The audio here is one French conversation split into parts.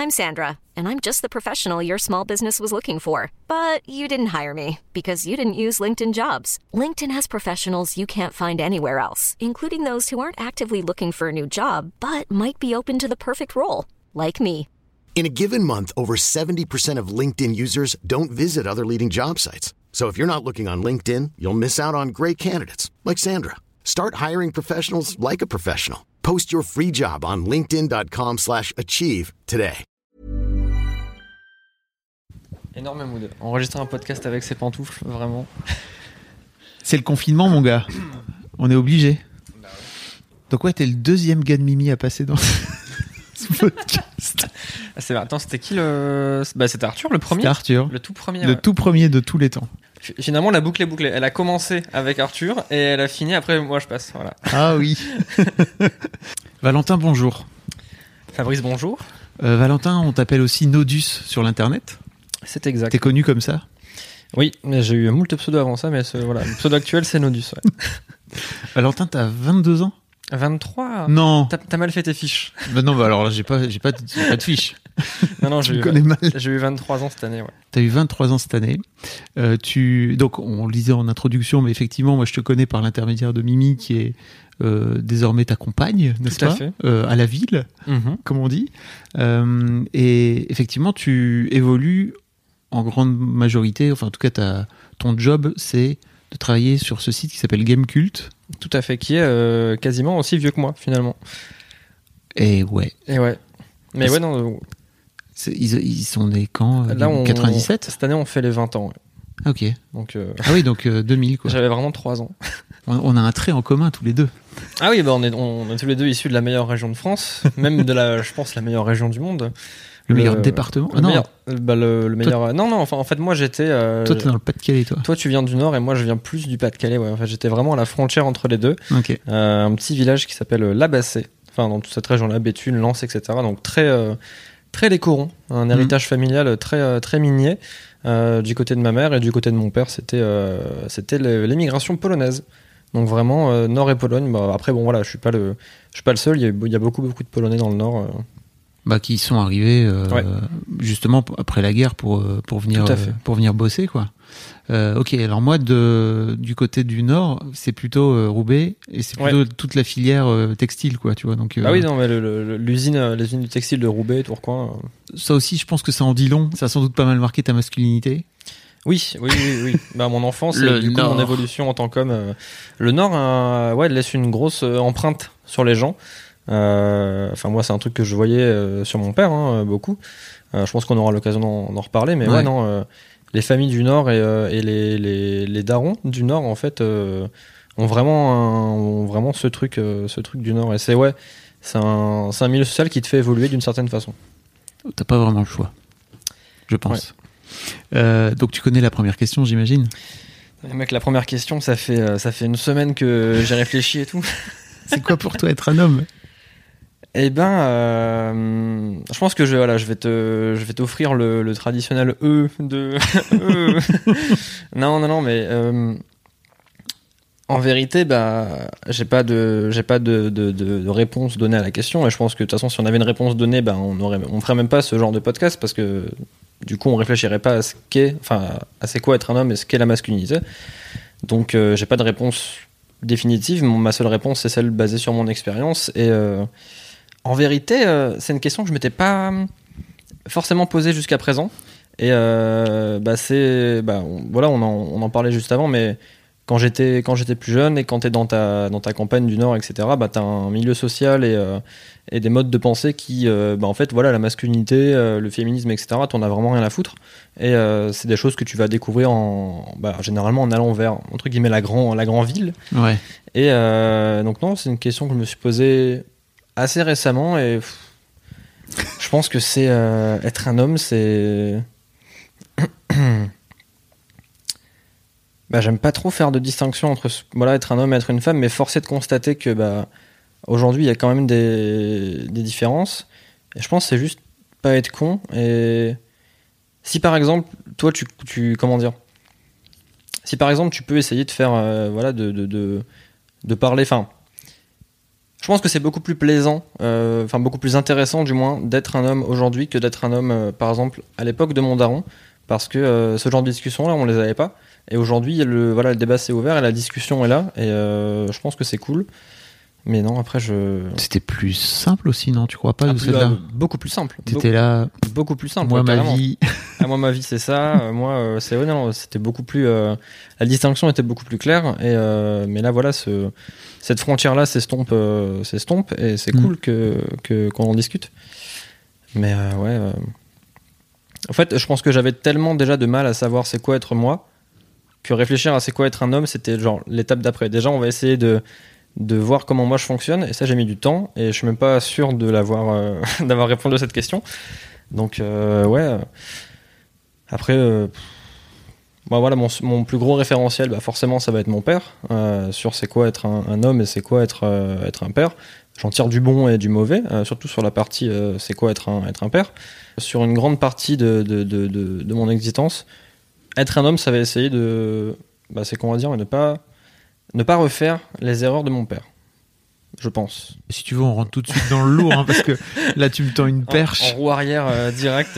I'm Sandra, and I'm just the professional your small business was looking for. But you didn't hire me because you didn't use LinkedIn Jobs. LinkedIn has professionals you can't find anywhere else, including those who aren't actively looking for a new job, but might be open to the perfect role, like me. In a given month, over 70% of LinkedIn users don't visit other leading job sites. So if you're not looking on LinkedIn, you'll miss out on great candidates like Sandra. Start hiring professionals like a professional. Post your free job on linkedin.com/achieve today. Énorme mood. Enregistrer un podcast avec ses pantoufles, vraiment. C'est le confinement, mon gars. On est obligé. Donc ouais, t'es le deuxième gars de Mimi à passer dans ce podcast. Attends, c'était qui le... c'était Arthur, le premier. C'était Arthur. Le tout premier. Le tout premier de tous les temps. Finalement, la boucle est bouclée. Elle a commencé avec Arthur et elle a fini après moi je passe. Voilà. Ah oui. Valentin, bonjour. Fabrice, bonjour. Valentin, on t'appelle aussi Nodus sur l'internet. C'est exact. T'es connu comme ça ? Oui, mais j'ai eu moult pseudo avant ça, mais voilà, le pseudo actuel c'est Nodus. Ouais. Valentin, t'as 22 ans ? 23 ? Non. T'as mal fait tes fiches. Non, alors là, j'ai pas de fiches. Non, je connais mal. J'ai eu 23 ans cette année, ouais. T'as eu 23 ans cette année. Donc, on le disait en introduction, mais effectivement, moi, je te connais par l'intermédiaire de Mimi, qui est désormais ta compagne, n'est-ce pas ? Tout à fait. À la ville, comme on dit. Et effectivement, tu évolues en grande majorité, enfin, en tout cas, ton job, c'est de travailler sur ce site qui s'appelle Gamecult. Tout à fait, qui est quasiment aussi vieux que moi, finalement. Et ouais. Mais ouais, non... Ils sont nés quand ? Là, 97 ? Cette année, on fait les 20 ans. Ouais. Ok. Donc, Ah oui, donc 2000, quoi. J'avais vraiment 3 ans. On a un trait en commun, tous les deux. Ah oui, on est tous les deux issus de la meilleure région de France, même je pense, la meilleure région du monde. Le meilleur département ? Le meilleur... Toi, Non, enfin, en fait, moi, j'étais... Toi, t'es dans le Pas-de-Calais, toi. Toi, tu viens du Nord et moi, je viens plus du Pas-de-Calais. Ouais. Enfin, j'étais vraiment à la frontière entre les deux. Ok. Un petit village qui s'appelle Labassé. Enfin, dans toute cette région-là, Béthune, Lens, etc. Donc, très les corons. Un héritage familial très minier. Du côté de ma mère et du côté de mon père, c'était l'émigration polonaise. Donc, vraiment, Nord et Pologne. Bah, après, bon, voilà, je suis pas le seul. Il y a beaucoup de Polonais dans le Nord. Qui sont arrivés justement après la guerre pour venir bosser, quoi. Ok, alors moi du côté du Nord, c'est plutôt Roubaix et c'est plutôt toute la filière textile, quoi, tu vois. Donc oui, non, mais l'usine du textile de Roubaix, Tourcoing. Ça aussi, je pense que ça en dit long. Ça a sans doute pas mal marqué ta masculinité. Oui. Bah, mon enfance et du coup mon évolution en tant qu'homme. Le Nord, laisse une grosse empreinte sur les gens. Enfin, moi, c'est un truc que je voyais sur mon père, beaucoup. Je pense qu'on aura l'occasion d'en reparler, mais les familles du Nord et les darons du Nord, en fait, ont vraiment ce truc du Nord. Et c'est un milieu social qui te fait évoluer d'une certaine façon. T'as pas vraiment le choix, je pense. Ouais. Donc tu connais la première question, j'imagine. Mec, la première question, ça fait une semaine que j'ai réfléchi et tout. C'est quoi pour toi être un homme ? Eh ben, je pense que je vais t'offrir le traditionnel de non, mais en vérité, j'ai pas de réponse donnée à la question, et je pense que de toute façon, si on avait une réponse donnée, on ferait même pas ce genre de podcast, parce que du coup, on réfléchirait pas à c'est quoi être un homme et ce qu'est la masculinité. Donc, j'ai pas de réponse définitive. Ma seule réponse, c'est celle basée sur mon expérience, et en vérité, c'est une question que je m'étais pas forcément posée jusqu'à présent. Et on en parlait juste avant, mais quand j'étais plus jeune et quand t'es dans ta campagne du Nord, etc., t'as un milieu social et des modes de pensée qui, en fait, voilà, la masculinité, le féminisme, etc., t'en as vraiment rien à foutre. Et c'est des choses que tu vas découvrir généralement en allant vers, entre guillemets, la grande ville. Ouais. Et donc non, c'est une question que je me suis posée assez récemment, et je pense que c'est être un homme, c'est j'aime pas trop faire de distinction entre être un homme et être une femme, mais force est de constater que aujourd'hui il y a quand même des différences, et je pense que c'est juste pas être con. Et si par exemple toi tu comment dire, si par exemple tu peux essayer de faire de parler, enfin, Je pense que c'est beaucoup plus plaisant, beaucoup plus intéressant du moins, d'être un homme aujourd'hui que d'être un homme, par exemple, à l'époque de mon daron, parce que ce genre de discussion-là, on les avait pas. Et aujourd'hui, le débat s'est ouvert et la discussion est là, et je pense que c'est cool. Mais non, après C'était plus simple aussi, non? Tu crois pas? Beaucoup plus simple. T'étais là. Beaucoup plus simple. Moi, ma vie. Moi, ma vie, c'est ça. Moi, c'est non, c'était beaucoup plus. La distinction était beaucoup plus claire. Mais là, voilà, cette frontière-là s'estompe, et c'est cool qu'on en discute. Mais ouais. En fait, je pense que j'avais tellement déjà de mal à savoir c'est quoi être moi que réfléchir à c'est quoi être un homme, c'était genre l'étape d'après. Déjà, on va essayer de voir comment moi je fonctionne, et ça j'ai mis du temps et je suis même pas sûr de d'avoir répondu à cette question. Donc ouais. Après voilà, mon plus gros référentiel, forcément ça va être mon père, sur c'est quoi être un homme et c'est quoi être un père. J'en tire du bon et du mauvais, surtout sur la partie c'est quoi être un père. Sur une grande partie de mon existence, être un homme, ça va essayer c'est qu'on va dire, ne pas refaire les erreurs de mon père, je pense. Si tu veux, on rentre tout de suite dans le lourd, hein, parce que là, tu me tends une perche. En roue arrière direct.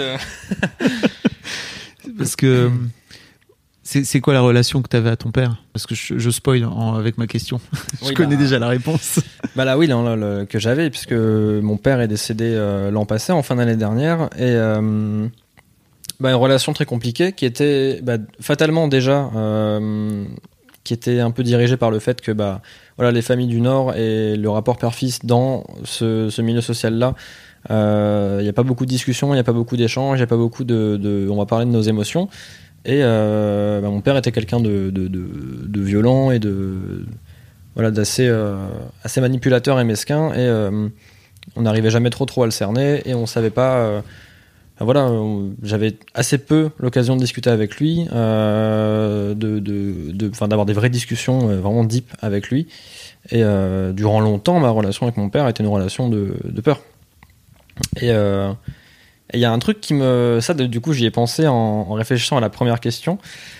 Parce que c'est quoi la relation que tu avais à ton père? Parce que je spoil avec ma question. Je connais déjà la réponse. Là, que j'avais, puisque mon père est décédé l'an passé, en fin d'année dernière, et une relation très compliquée qui était fatalement déjà... qui était un peu dirigé par le fait que les familles du Nord et le rapport père-fils dans ce milieu social-là, il n'y a pas beaucoup de discussions, il n'y a pas beaucoup d'échanges, il n'y a pas beaucoup on va parler de nos émotions. Et mon père était quelqu'un de violent et d'assez assez manipulateur et mesquin, et on n'arrivait jamais trop à le cerner, et on savait pas... j'avais assez peu l'occasion de discuter avec lui, d'avoir des vraies discussions vraiment deep avec lui. Et durant longtemps, ma relation avec mon père était une relation de peur. Et il y a un truc du coup, j'y ai pensé en réfléchissant à la première question.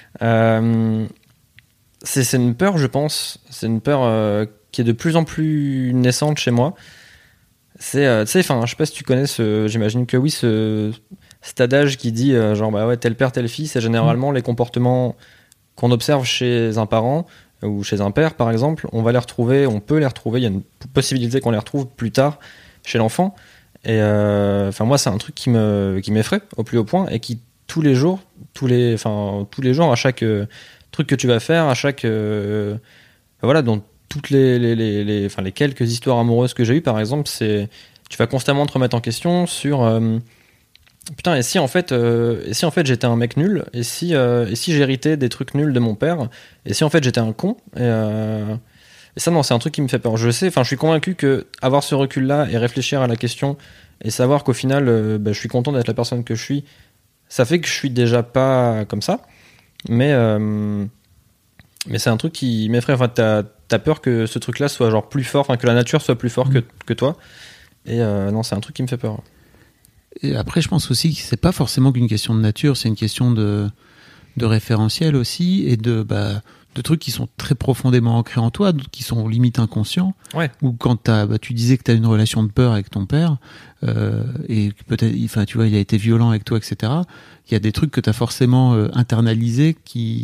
C'est une peur, je pense. C'est une peur qui est de plus en plus naissante chez moi. C'est, je sais pas si tu connais j'imagine que oui, cet adage qui dit tel père, tel fils, et généralement les comportements qu'on observe chez un parent ou chez un père, par exemple, on peut les retrouver, il y a une possibilité qu'on les retrouve plus tard chez l'enfant. Et moi, c'est un truc qui m'effraie au plus haut point, et qui tous les jours, à chaque truc que tu vas faire, à chaque dans toutes les quelques histoires amoureuses que j'ai eues, par exemple, tu vas constamment te remettre en question sur et si en fait j'étais un mec nul, et si j'héritais des trucs nuls de mon père, et si en fait j'étais un con, et ça, non, c'est un truc qui me fait peur. Je suis convaincu que avoir ce recul là et réfléchir à la question et savoir qu'au final je suis content d'être la personne que je suis, ça fait que je suis déjà pas comme ça, mais c'est un truc qui m'effraie. T'as peur que ce truc-là soit genre plus fort, que la nature soit plus fort que toi. Et non, c'est un truc qui me fait peur. Et après, je pense aussi que c'est pas forcément qu'une question de nature, c'est une question de référentiel aussi, et de trucs qui sont très profondément ancrés en toi, qui sont limite inconscients. Ouais. Ou quand tu disais que tu as une relation de peur avec ton père, et peut-être, tu vois, il a été violent avec toi, etc. Il y a des trucs que tu as forcément internalisés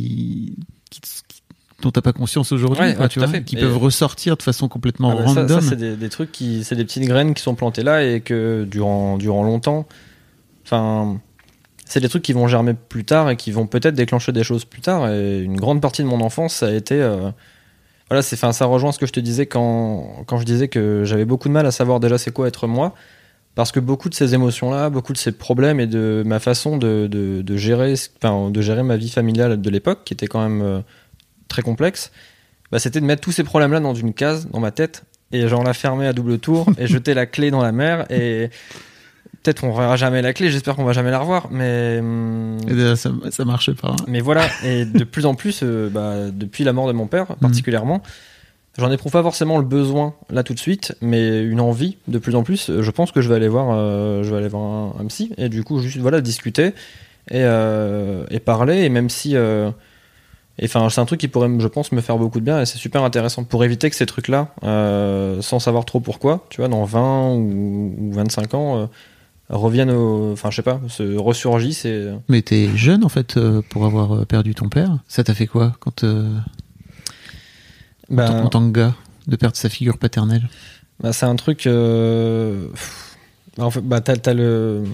dont t'as pas conscience aujourd'hui, qui peuvent ressortir de façon complètement random. Ça c'est des trucs c'est des petites graines qui sont plantées là, et que durant longtemps, c'est des trucs qui vont germer plus tard et qui vont peut-être déclencher des choses plus tard. Et une grande partie de mon enfance, ça a été ça rejoint ce que je te disais quand je disais que j'avais beaucoup de mal à savoir déjà c'est quoi être moi, parce que beaucoup de ces émotions-là, beaucoup de ces problèmes et de ma façon de gérer ma vie familiale de l'époque, qui était quand même très complexe, c'était de mettre tous ces problèmes-là dans une case dans ma tête, et genre la fermer à double tour et jeter la clé dans la mer, et peut-être qu'on verra jamais la clé, j'espère qu'on va jamais la revoir, mais ça marche pas, hein. Mais voilà, et de plus en plus depuis la mort de mon père particulièrement, j'en éprouve pas forcément le besoin là tout de suite, mais une envie de plus en plus. Je pense que je vais aller voir un psy, et du coup juste discuter et parler, et même si Et enfin, c'est un truc qui pourrait, je pense, me faire beaucoup de bien, et c'est super intéressant pour éviter que ces trucs-là, sans savoir trop pourquoi, tu vois, dans 20 ou 25 ans, reviennent enfin, je sais pas, se ressurgissent. Mais t'es jeune, en fait, pour avoir perdu ton père. Ça t'a fait quoi quand en tant que gars, de perdre sa figure paternelle? C'est un truc. En fait, t'as le.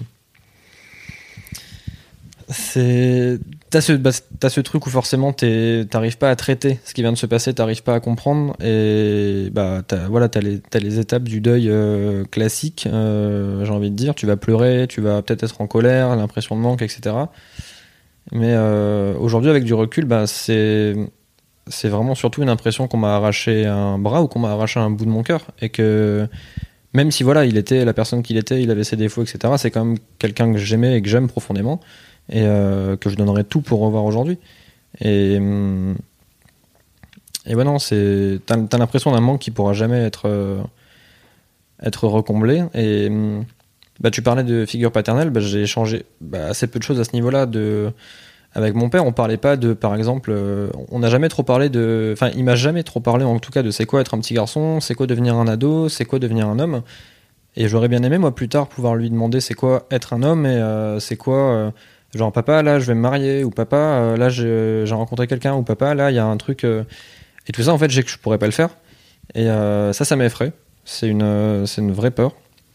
T'as ce truc où forcément t'arrives pas à traiter ce qui vient de se passer, t'arrives pas à comprendre, et t'as les étapes du deuil classique, j'ai envie de dire. Tu vas pleurer, tu vas peut-être être en colère, l'impression de manque, etc. Mais aujourd'hui, avec du recul, c'est vraiment surtout une impression qu'on m'a arraché un bras ou qu'on m'a arraché un bout de mon cœur, et que même si voilà, il était la personne qu'il était, il avait ses défauts, etc., c'est quand même quelqu'un que j'aimais et que j'aime profondément, et que je donnerais tout pour revoir aujourd'hui. Et ouais, non, t'as l'impression d'un manque qui pourra jamais être recomblé. Et tu parlais de figure paternelle, j'ai échangé assez peu de choses à ce niveau-là. Avec mon père, on parlait pas de, par exemple, on n'a jamais trop parlé de, enfin, il m'a jamais trop parlé en tout cas de c'est quoi être un petit garçon, c'est quoi devenir un ado, c'est quoi devenir un homme. Et j'aurais bien aimé, moi, plus tard, pouvoir lui demander c'est quoi être un homme, et c'est quoi, genre, papa, là, je vais me marier, ou papa, là, j'ai rencontré quelqu'un, ou papa, là, il y a un truc, et tout ça, en fait, je pourrais pas le faire. Et ça m'effraie. C'est une vraie peur.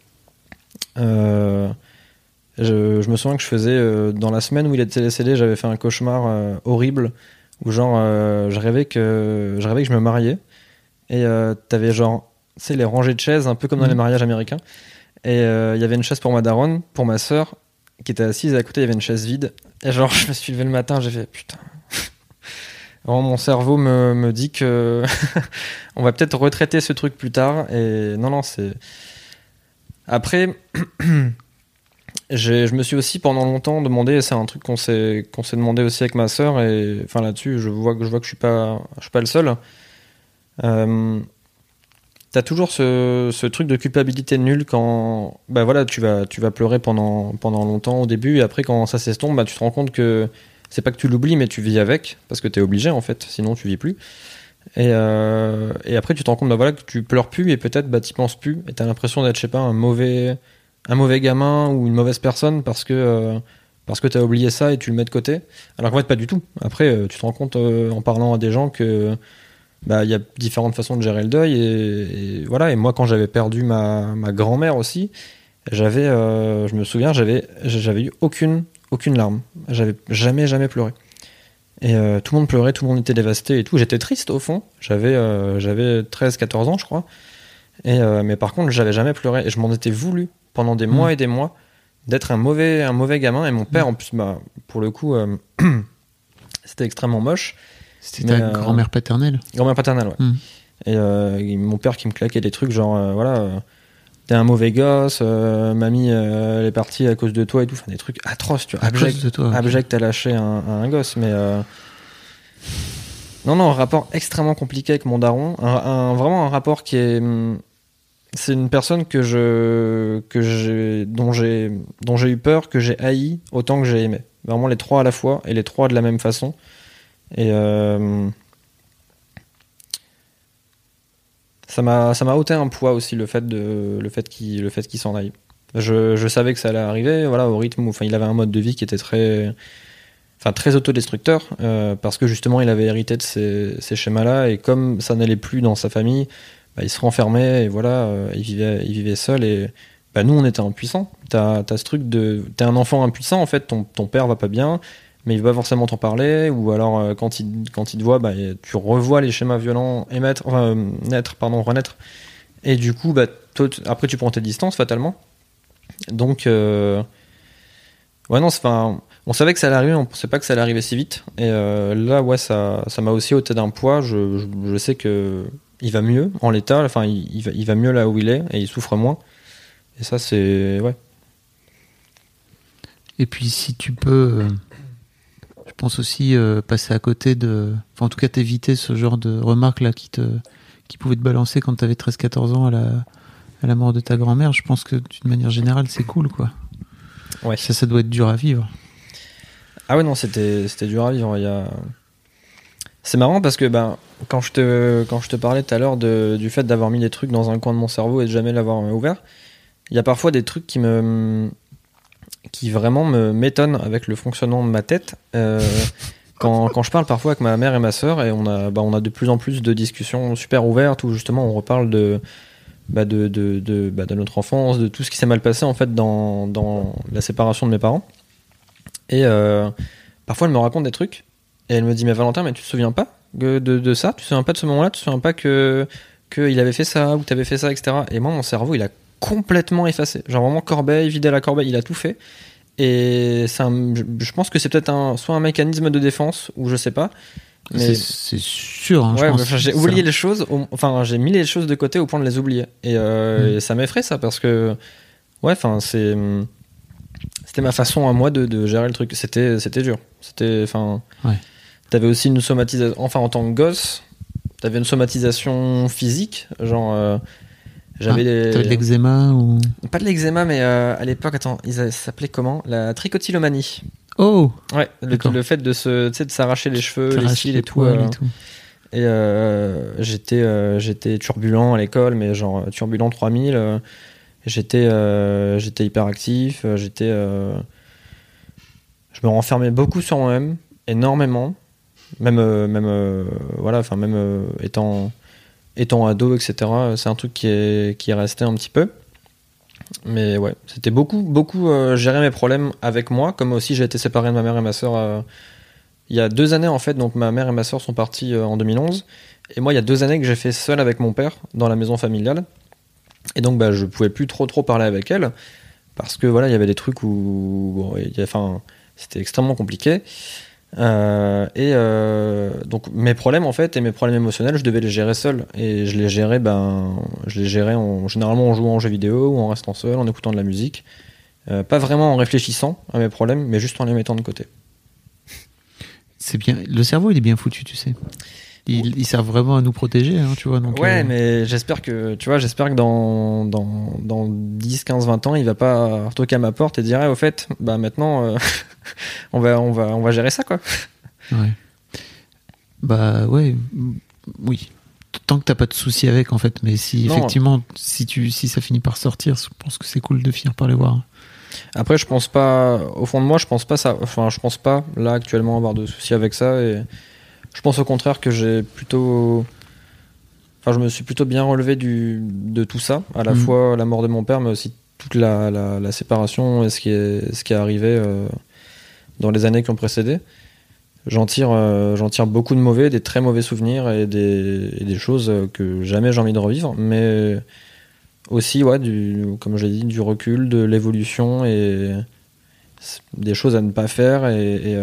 Je me souviens que je faisais dans la semaine où il était décédé, j'avais fait un cauchemar horrible où genre je rêvais que je me mariais, et t'avais genre, tu sais, les rangées de chaises un peu comme dans les mariages américains, et il y avait une chaise pour ma daronne, pour ma sœur qui était assise, et à côté il y avait une chaise vide, et genre je me suis levé le matin, j'ai fait putain. Vraiment, mon cerveau me dit que on va peut-être retraiter ce truc plus tard, et non, c'est après. Je me suis aussi pendant longtemps demandé, et c'est un truc qu'on s'est demandé aussi avec ma sœur, et enfin là-dessus je vois que je suis pas le seul. T'as toujours ce truc de culpabilité nulle quand tu vas pleurer pendant longtemps au début, et après quand ça s'estompe, tu te rends compte que c'est pas que tu l'oublies, mais tu vis avec, parce que t'es obligé en fait, sinon tu vis plus. Et après tu te rends compte que tu pleures plus, et peut-être t'y penses plus, et t'as l'impression d'être, je sais pas, un mauvais gamin ou une mauvaise personne parce que t'as oublié ça et tu le mets de côté, alors qu'en fait pas du tout. Après tu te rends compte en parlant à des gens que il y a différentes façons de gérer le deuil, et voilà. Et moi, quand j'avais perdu ma grand-mère aussi, je me souviens, j'avais eu aucune larme, j'avais jamais pleuré, et tout le monde pleurait, tout le monde était dévasté et tout. J'étais triste au fond, j'avais 13-14 ans je crois, et mais par contre j'avais jamais pleuré, et je m'en étais voulu pendant des mois et des mois d'être un mauvais ta Et mon père, en plus, pour le coup, c'était extrêmement moche. C'était ta grand-mère paternelle? Grand-mère paternelle, ouais. Et mon père qui me claquait des trucs genre, t'es un mauvais gosse, mamie elle est partie à cause de toi et tout. Enfin, des trucs atroces, tu vois. Abject à lâcher un gosse, mais... Non, un rapport extrêmement compliqué avec mon daron. Vraiment un rapport qui est... C'est une personne dont j'ai eu peur, que j'ai haï autant que j'ai aimé. Vraiment les trois à la fois, et les trois de la même façon. Et ça m'a ôté un poids aussi, le fait qu'il s'en aille. Je savais que ça allait arriver, voilà, au rythme où il avait un mode de vie qui était très autodestructeur, parce que justement il avait hérité de ces schémas-là, et comme ça n'allait plus dans sa famille, il se renfermait, et voilà, il vivait seul, et nous on était impuissants. T'as ce truc t'es un enfant impuissant en fait, ton père va pas bien, mais il va pas forcément t'en parler, ou alors quand il te voit, tu revois les schémas violents renaître, et du coup après tu prends tes distances fatalement. Donc on savait que ça allait arriver, on pensait pas que ça allait arriver si vite, et là ça m'a aussi ôté d'un poids. Je sais que il va mieux en l'état, enfin il va mieux là où il est, et il souffre moins, et ça c'est Et puis si tu peux je pense aussi passer à côté en tout cas t'éviter ce genre de remarques là qui pouvaient te balancer quand t'avais 13-14 ans à la mort de ta grand-mère. Je pense que d'une manière générale c'est cool, quoi. Ouais. Ça doit être dur à vivre. Ah ouais, non, c'était dur à vivre. C'est marrant parce que quand je te parlais tout à l'heure du fait d'avoir mis des trucs dans un coin de mon cerveau et de jamais l'avoir ouvert, il y a parfois des trucs qui vraiment m'étonnent avec le fonctionnement de ma tête. Quand je parle parfois avec ma mère et ma sœur, et on a de plus en plus de discussions super ouvertes où justement on reparle de notre enfance, de tout ce qui s'est mal passé en fait dans la séparation de mes parents. Et parfois elle me raconte des trucs et elle me dit mais Valentin, mais tu te souviens pas de ça, tu te souviens pas de ce moment-là, tu te souviens pas que il avait fait ça ou t'avais fait ça, etc. Et moi mon cerveau il a complètement effacé, genre vraiment corbeille, vidé à la corbeille, il a tout fait. Et je pense que c'est peut-être soit un mécanisme de défense ou je sais pas. Mais c'est sûr. Hein, ouais, je pense j'ai oublié les choses. J'ai mis les choses de côté au point de les oublier. Et ça m'effraie ça parce que c'était ma façon à moi de gérer le truc. C'était dur. T'avais aussi une somatisation. Enfin, en tant que gosse, t'avais une somatisation physique, genre. J'avais t'avais de l'eczéma ou pas de l'eczéma, mais à l'époque, ça s'appelait comment ? La tricotylomanie. Oh. Ouais, le fait de s'arracher les cheveux, les cils et tout. Et j'étais turbulent à l'école, mais genre turbulent 3000. J'étais hyperactif. Je me renfermais beaucoup sur moi-même, énormément. Même étant ado, etc. C'est un truc qui est resté un petit peu. Mais ouais, c'était beaucoup gérer mes problèmes avec moi, comme aussi j'ai été séparé de ma mère et ma sœur il y a 2 années en fait. Donc ma mère et ma sœur sont parties en 2011. Et moi, il y a 2 années que j'ai fait seul avec mon père dans la maison familiale. Et donc je pouvais plus trop parler avec elle parce que voilà, il y avait des trucs où c'était extrêmement compliqué. Donc mes problèmes en fait et mes problèmes émotionnels, je devais les gérer seul, et je les gérais généralement en jouant aux jeux vidéo ou en restant seul, en écoutant de la musique, pas vraiment en réfléchissant à mes problèmes, mais juste en les mettant de côté. C'est bien, le cerveau il est bien foutu, tu sais. Il sert vraiment à nous protéger, hein, tu vois. Donc, ouais, mais j'espère que dans 10, 15, 20 ans, il va pas toquer à ma porte et dire au fait, maintenant, on va gérer ça, quoi. Ouais. Ouais, oui. Tant que t'as pas de soucis avec, en fait. Mais si, effectivement, si ça finit par sortir, je pense que c'est cool de finir par les voir. Après, je pense pas, au fond de moi, je pense pas là actuellement avoir de soucis avec ça, et je pense au contraire que je me suis plutôt bien relevé de tout ça, à la fois la mort de mon père, mais aussi toute la séparation et ce qui est arrivé dans les années qui ont précédé. J'en tire beaucoup de mauvais, des très mauvais souvenirs et des choses que jamais j'ai envie de revivre, mais aussi comme je l'ai dit, du recul, de l'évolution et des choses à ne pas faire et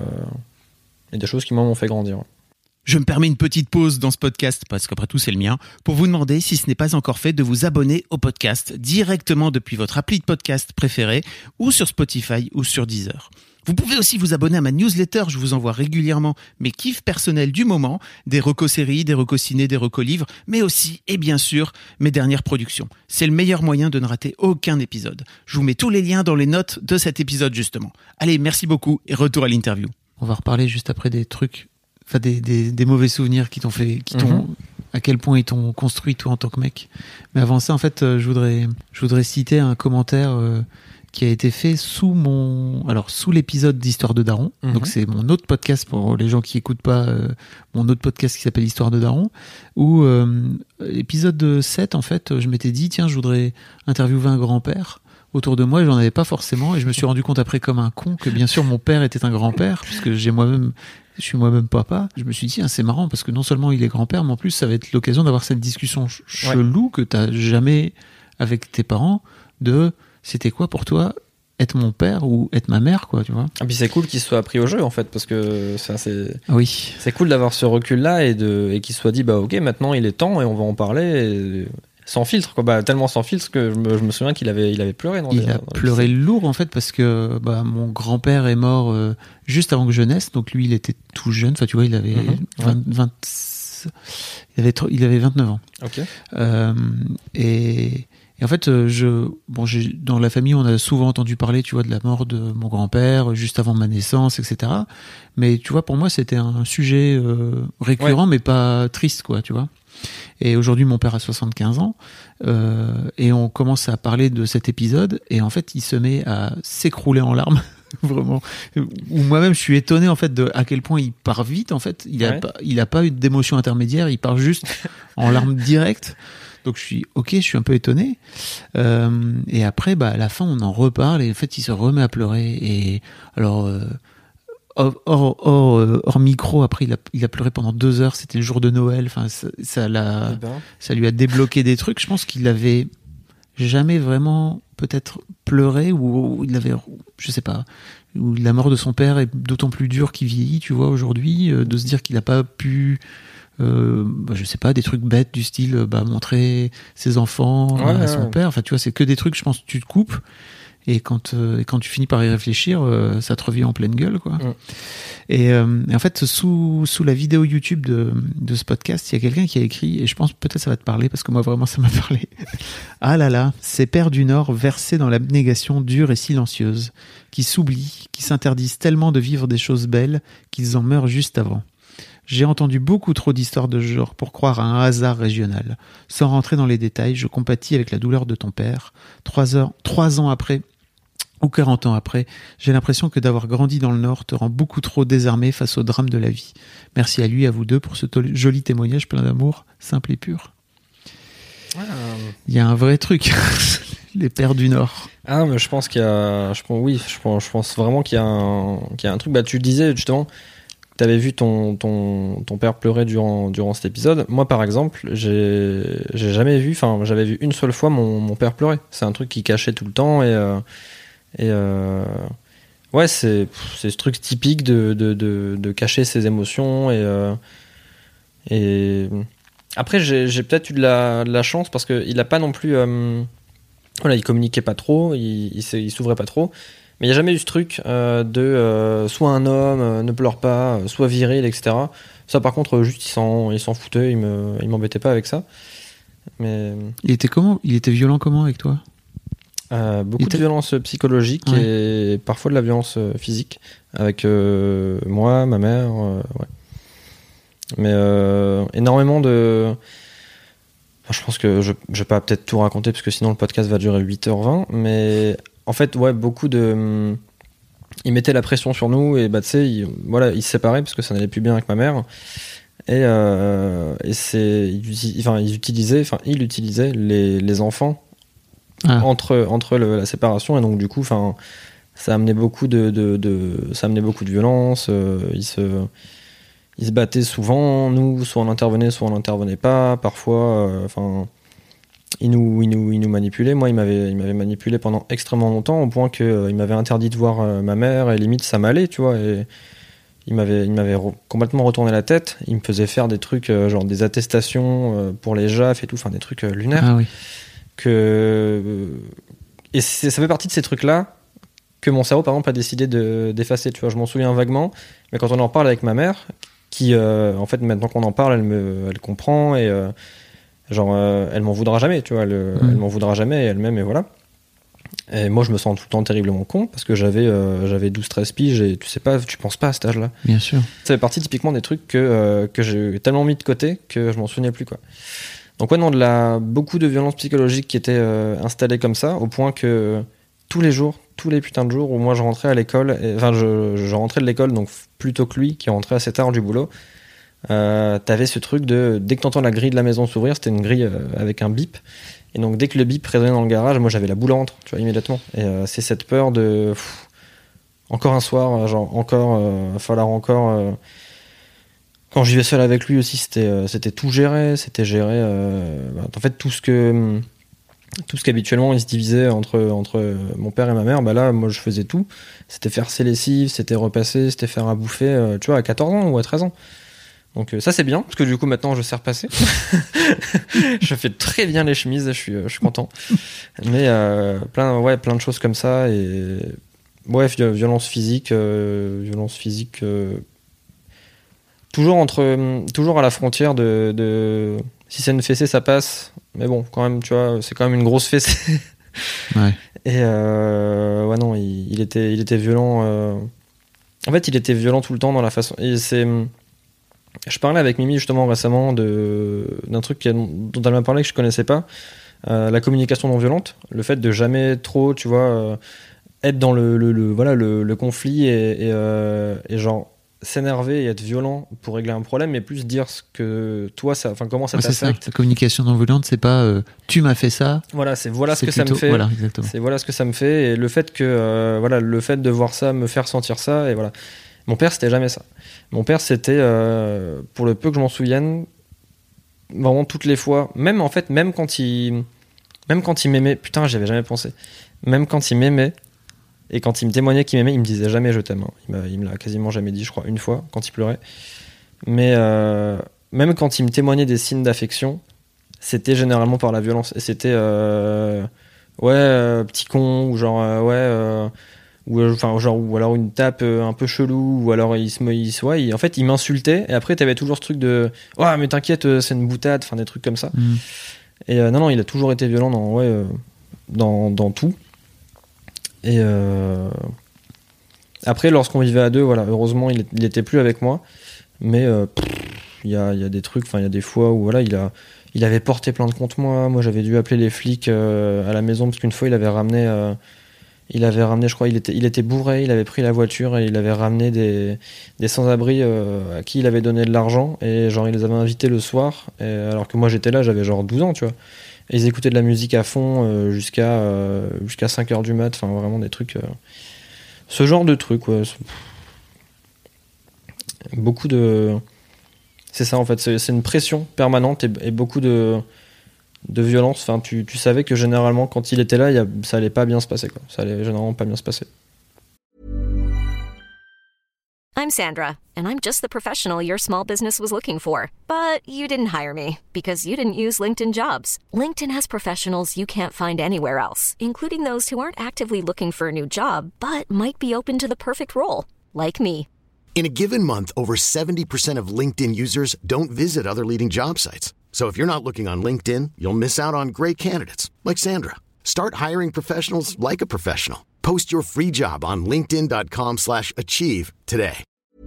des choses qui m'ont fait grandir. Je me permets une petite pause dans ce podcast, parce qu'après tout c'est le mien, pour vous demander, si ce n'est pas encore fait, de vous abonner au podcast directement depuis votre appli de podcast préféré, ou sur Spotify ou sur Deezer. Vous pouvez aussi vous abonner à ma newsletter, je vous envoie régulièrement mes kiffs personnels du moment, des recos séries, des recos ciné, des recos livres, mais aussi, et bien sûr, mes dernières productions. C'est le meilleur moyen de ne rater aucun épisode. Je vous mets tous les liens dans les notes de cet épisode justement. Allez, merci beaucoup et retour à l'interview. On va reparler juste après des trucs, des mauvais souvenirs qui t'ont à quel point ils t'ont construit toi en tant que mec. Mais avant ça, en fait, je voudrais citer un commentaire qui a été fait sous l'épisode d'Histoire de Daron. Donc c'est mon autre podcast pour les gens qui écoutent pas, mon autre podcast qui s'appelle Histoire de Daron, où l'épisode 7, en fait, je m'étais dit tiens, je voudrais interviewer un grand-père. Autour de moi, j'en avais pas forcément, et je me suis rendu compte après comme un con que bien sûr mon père était un grand-père, puisque je suis moi-même papa. Je me suis dit c'est marrant parce que non seulement il est grand-père, mais en plus ça va être l'occasion d'avoir cette discussion chelou que t'as jamais avec tes parents de c'était quoi pour toi être mon père ou être ma mère, quoi, tu vois. Et puis c'est cool qu'il se soit pris au jeu en fait, parce que c'est cool d'avoir ce recul là et qu'il se soit dit ok, maintenant il est temps et on va en parler. Sans filtre, quoi. Tellement sans filtre que je me souviens qu'il avait pleuré. Il a pleuré lourd, en fait, parce que mon grand-père est mort juste avant que je naisse, donc lui, il était tout jeune. Enfin, tu vois, il avait il avait 29 ans. Ok. Et Et en fait, dans la famille, on a souvent entendu parler, tu vois, de la mort de mon grand-père juste avant ma naissance, etc. Mais tu vois, pour moi, c'était un sujet récurrent, mais pas triste, quoi, tu vois. Et aujourd'hui, mon père a 75 ans, et on commence à parler de cet épisode, et en fait, il se met à s'écrouler en larmes. Vraiment. Ou moi-même, je suis étonné en fait de à quel point il part vite. En fait, il a pas eu d'émotion intermédiaire. Il part juste en larmes directes. Donc je suis un peu étonné. Et après, à la fin, on en reparle et en fait, il se remet à pleurer. Et alors, hors micro, après, il a pleuré pendant 2 heures. C'était le jour de Noël. Enfin, ça lui a débloqué des trucs. Je pense qu'il avait jamais vraiment peut-être pleuré ou il avait, je sais pas, ou la mort de son père est d'autant plus dure qu'il vieillit, tu vois, aujourd'hui, de se dire qu'il a pas pu je sais pas, des trucs bêtes du style montrer ses enfants à son père, enfin tu vois, c'est que des trucs, je pense, tu te coupes et quand tu finis par y réfléchir, ça te revient en pleine gueule, quoi. Et en fait, sous la vidéo YouTube de ce podcast, il y a quelqu'un qui a écrit, et je pense peut-être ça va te parler, parce que moi vraiment ça m'a parlé. Ah là là, ces pères du Nord versés dans l'abnégation dure et silencieuse, qui s'oublient, qui s'interdisent tellement de vivre des choses belles qu'ils en meurent juste avant. J'ai entendu beaucoup trop d'histoires de ce genre pour croire à un hasard régional. Sans rentrer dans les détails, je compatis avec la douleur de ton père. 3 ans après, ou 40 ans après, j'ai l'impression que d'avoir grandi dans le Nord te rend beaucoup trop désarmé face au drame de la vie. Merci à lui, à vous deux, pour ce joli témoignage plein d'amour, simple et pur. Il y a un vrai truc, les pères du Nord. Ah, mais je pense qu'il y a... Je pense vraiment qu'il y a un truc. Tu disais, justement, tu avais vu ton père pleurer durant cet épisode. Moi, par exemple, j'ai jamais vu... Enfin, j'avais vu une seule fois mon père pleurer. C'est un truc qu'il cachait tout le temps ouais, c'est ce truc typique de cacher ses émotions et après j'ai peut-être eu de la chance parce que il a pas non plus il communiquait pas trop, il s'ouvrait pas trop, mais il y a jamais eu ce truc de soit un homme ne pleure pas, soit viril, etc. Ça par contre juste il s'en foutait, il m'embêtait pas avec ça. Mais il était violent comment avec toi? Beaucoup de violence psychologique et parfois de la violence physique avec moi, ma mère, mais énormément de... Enfin, je pense que je vais pas peut-être tout raconter parce que sinon le podcast va durer 8h20, mais en fait beaucoup de... Il mettait la pression sur nous et tu sais, il se séparait parce que ça n'allait plus bien avec ma mère et il utilisait les enfants entre la séparation, et donc du coup ça amenait beaucoup de violence. Il se battait souvent, nous soit on intervenait pas, parfois il nous manipulait. Moi il m'avait manipulé pendant extrêmement longtemps au point que il m'avait interdit de voir ma mère et limite ça m'allait, tu vois, et il m'avait complètement retourné la tête. Il me faisait faire des trucs genre des attestations pour les JAF et tout, des trucs lunaires. Ah oui. Et ça fait partie de ces trucs-là que mon cerveau, par exemple, a décidé d'effacer. Tu vois, je m'en souviens vaguement, mais quand on en parle avec ma mère, qui, en fait, maintenant qu'on en parle, elle comprend et elle m'en voudra jamais. Tu vois, elle m'en voudra jamais et elle-même, et voilà. Et moi, je me sens tout le temps terriblement con parce que j'avais 12-13 piges et tu penses pas à cet âge-là. Bien sûr. Ça fait partie typiquement des trucs que j'ai tellement mis de côté que je m'en souvenais plus, quoi. Donc beaucoup de violences psychologiques qui étaient installées comme ça, au point que tous les putains de jours où moi je rentrais à l'école, je rentrais de l'école, donc plutôt que lui qui rentrait assez tard du boulot, t'avais ce truc de, dès que t'entends la grille de la maison s'ouvrir, c'était une grille avec un bip, et donc dès que le bip résonnait dans le garage, moi j'avais la boule au ventre, tu vois, immédiatement. Et c'est cette peur de encore un soir, va falloir encore... Quand j'y vais seul avec lui aussi, c'était tout géré. C'était géré. En fait, tout ce qu'habituellement il se divisait entre mon père et ma mère, là, moi je faisais tout. C'était faire ses lessives, c'était repasser, c'était faire à bouffer, tu vois, à 14 ans ou à 13 ans. Donc ça c'est bien, parce que du coup maintenant je sais repasser. Je fais très bien les chemises, je suis content. Mais plein de choses comme ça. Et violence physique. Toujours à la frontière de si c'est une fessée ça passe, mais bon, quand même, tu vois, c'est quand même une grosse fessée. Ouais. Et ouais, non, il était violent. En fait, il était violent tout le temps dans la façon. Et je parlais avec Mimi justement récemment d'un truc dont elle m'a parlé que je connaissais pas. La communication non violente, le fait de jamais trop, tu vois, être dans le conflit et genre s'énerver et être violent pour régler un problème, mais plus dire ce que toi, comment ça t'affecte. La communication non violente, c'est pas tu m'as fait ça. Voilà, ce que ça me fait. Voilà, exactement. C'est voilà ce que ça me fait, et le fait que le fait de voir ça me faire sentir ça, et voilà. Mon père, c'était jamais ça. Mon père, c'était pour le peu que je m'en souvienne, vraiment toutes les fois, même quand il m'aimait, putain, j'y avais jamais pensé. Même quand il m'aimait, et quand il me témoignait qu'il m'aimait, il me disait jamais je t'aime. Il me l'a quasiment jamais dit, je crois, une fois, quand il pleurait. Mais même quand il me témoignait des signes d'affection, c'était généralement par la violence. Et c'était petit con, ou genre ou alors une tape un peu chelou, ou alors en fait il m'insultait, et après t'avais toujours ce truc de mais t'inquiète, c'est une boutade, enfin des trucs comme ça. Et non, il a toujours été violent dans tout. Et après, lorsqu'on vivait à deux, voilà, heureusement il était plus avec moi, mais il y a des trucs, enfin il y a des fois où voilà, il avait porté plainte contre moi j'avais dû appeler les flics à la maison, parce qu'une fois il avait ramené, je crois, il était bourré, il avait pris la voiture et il avait ramené des sans-abri à qui il avait donné de l'argent, et genre il les avait invités le soir, alors que moi j'étais là, j'avais genre 12 ans, tu vois. Et ils écoutaient de la musique à fond jusqu'à 5h du mat, enfin vraiment des trucs... ce genre de trucs, ouais. Beaucoup de... C'est ça en fait, c'est une pression permanente et beaucoup de violence. Enfin, tu savais que généralement quand il était là, ça allait pas bien se passer, quoi. Ça allait généralement pas bien se passer. I'm Sandra, and I'm just the professional your small business was looking for. But you didn't hire me because you didn't use LinkedIn Jobs. LinkedIn has professionals you can't find anywhere else, including those who aren't actively looking for a new job, but might be open to the perfect role, like me. In a given month, over 70% of LinkedIn users don't visit other leading job sites. So if you're not looking on LinkedIn, you'll miss out on great candidates like Sandra. Start hiring professionals like a professional. Post your free job on linkedin.com/achieve today.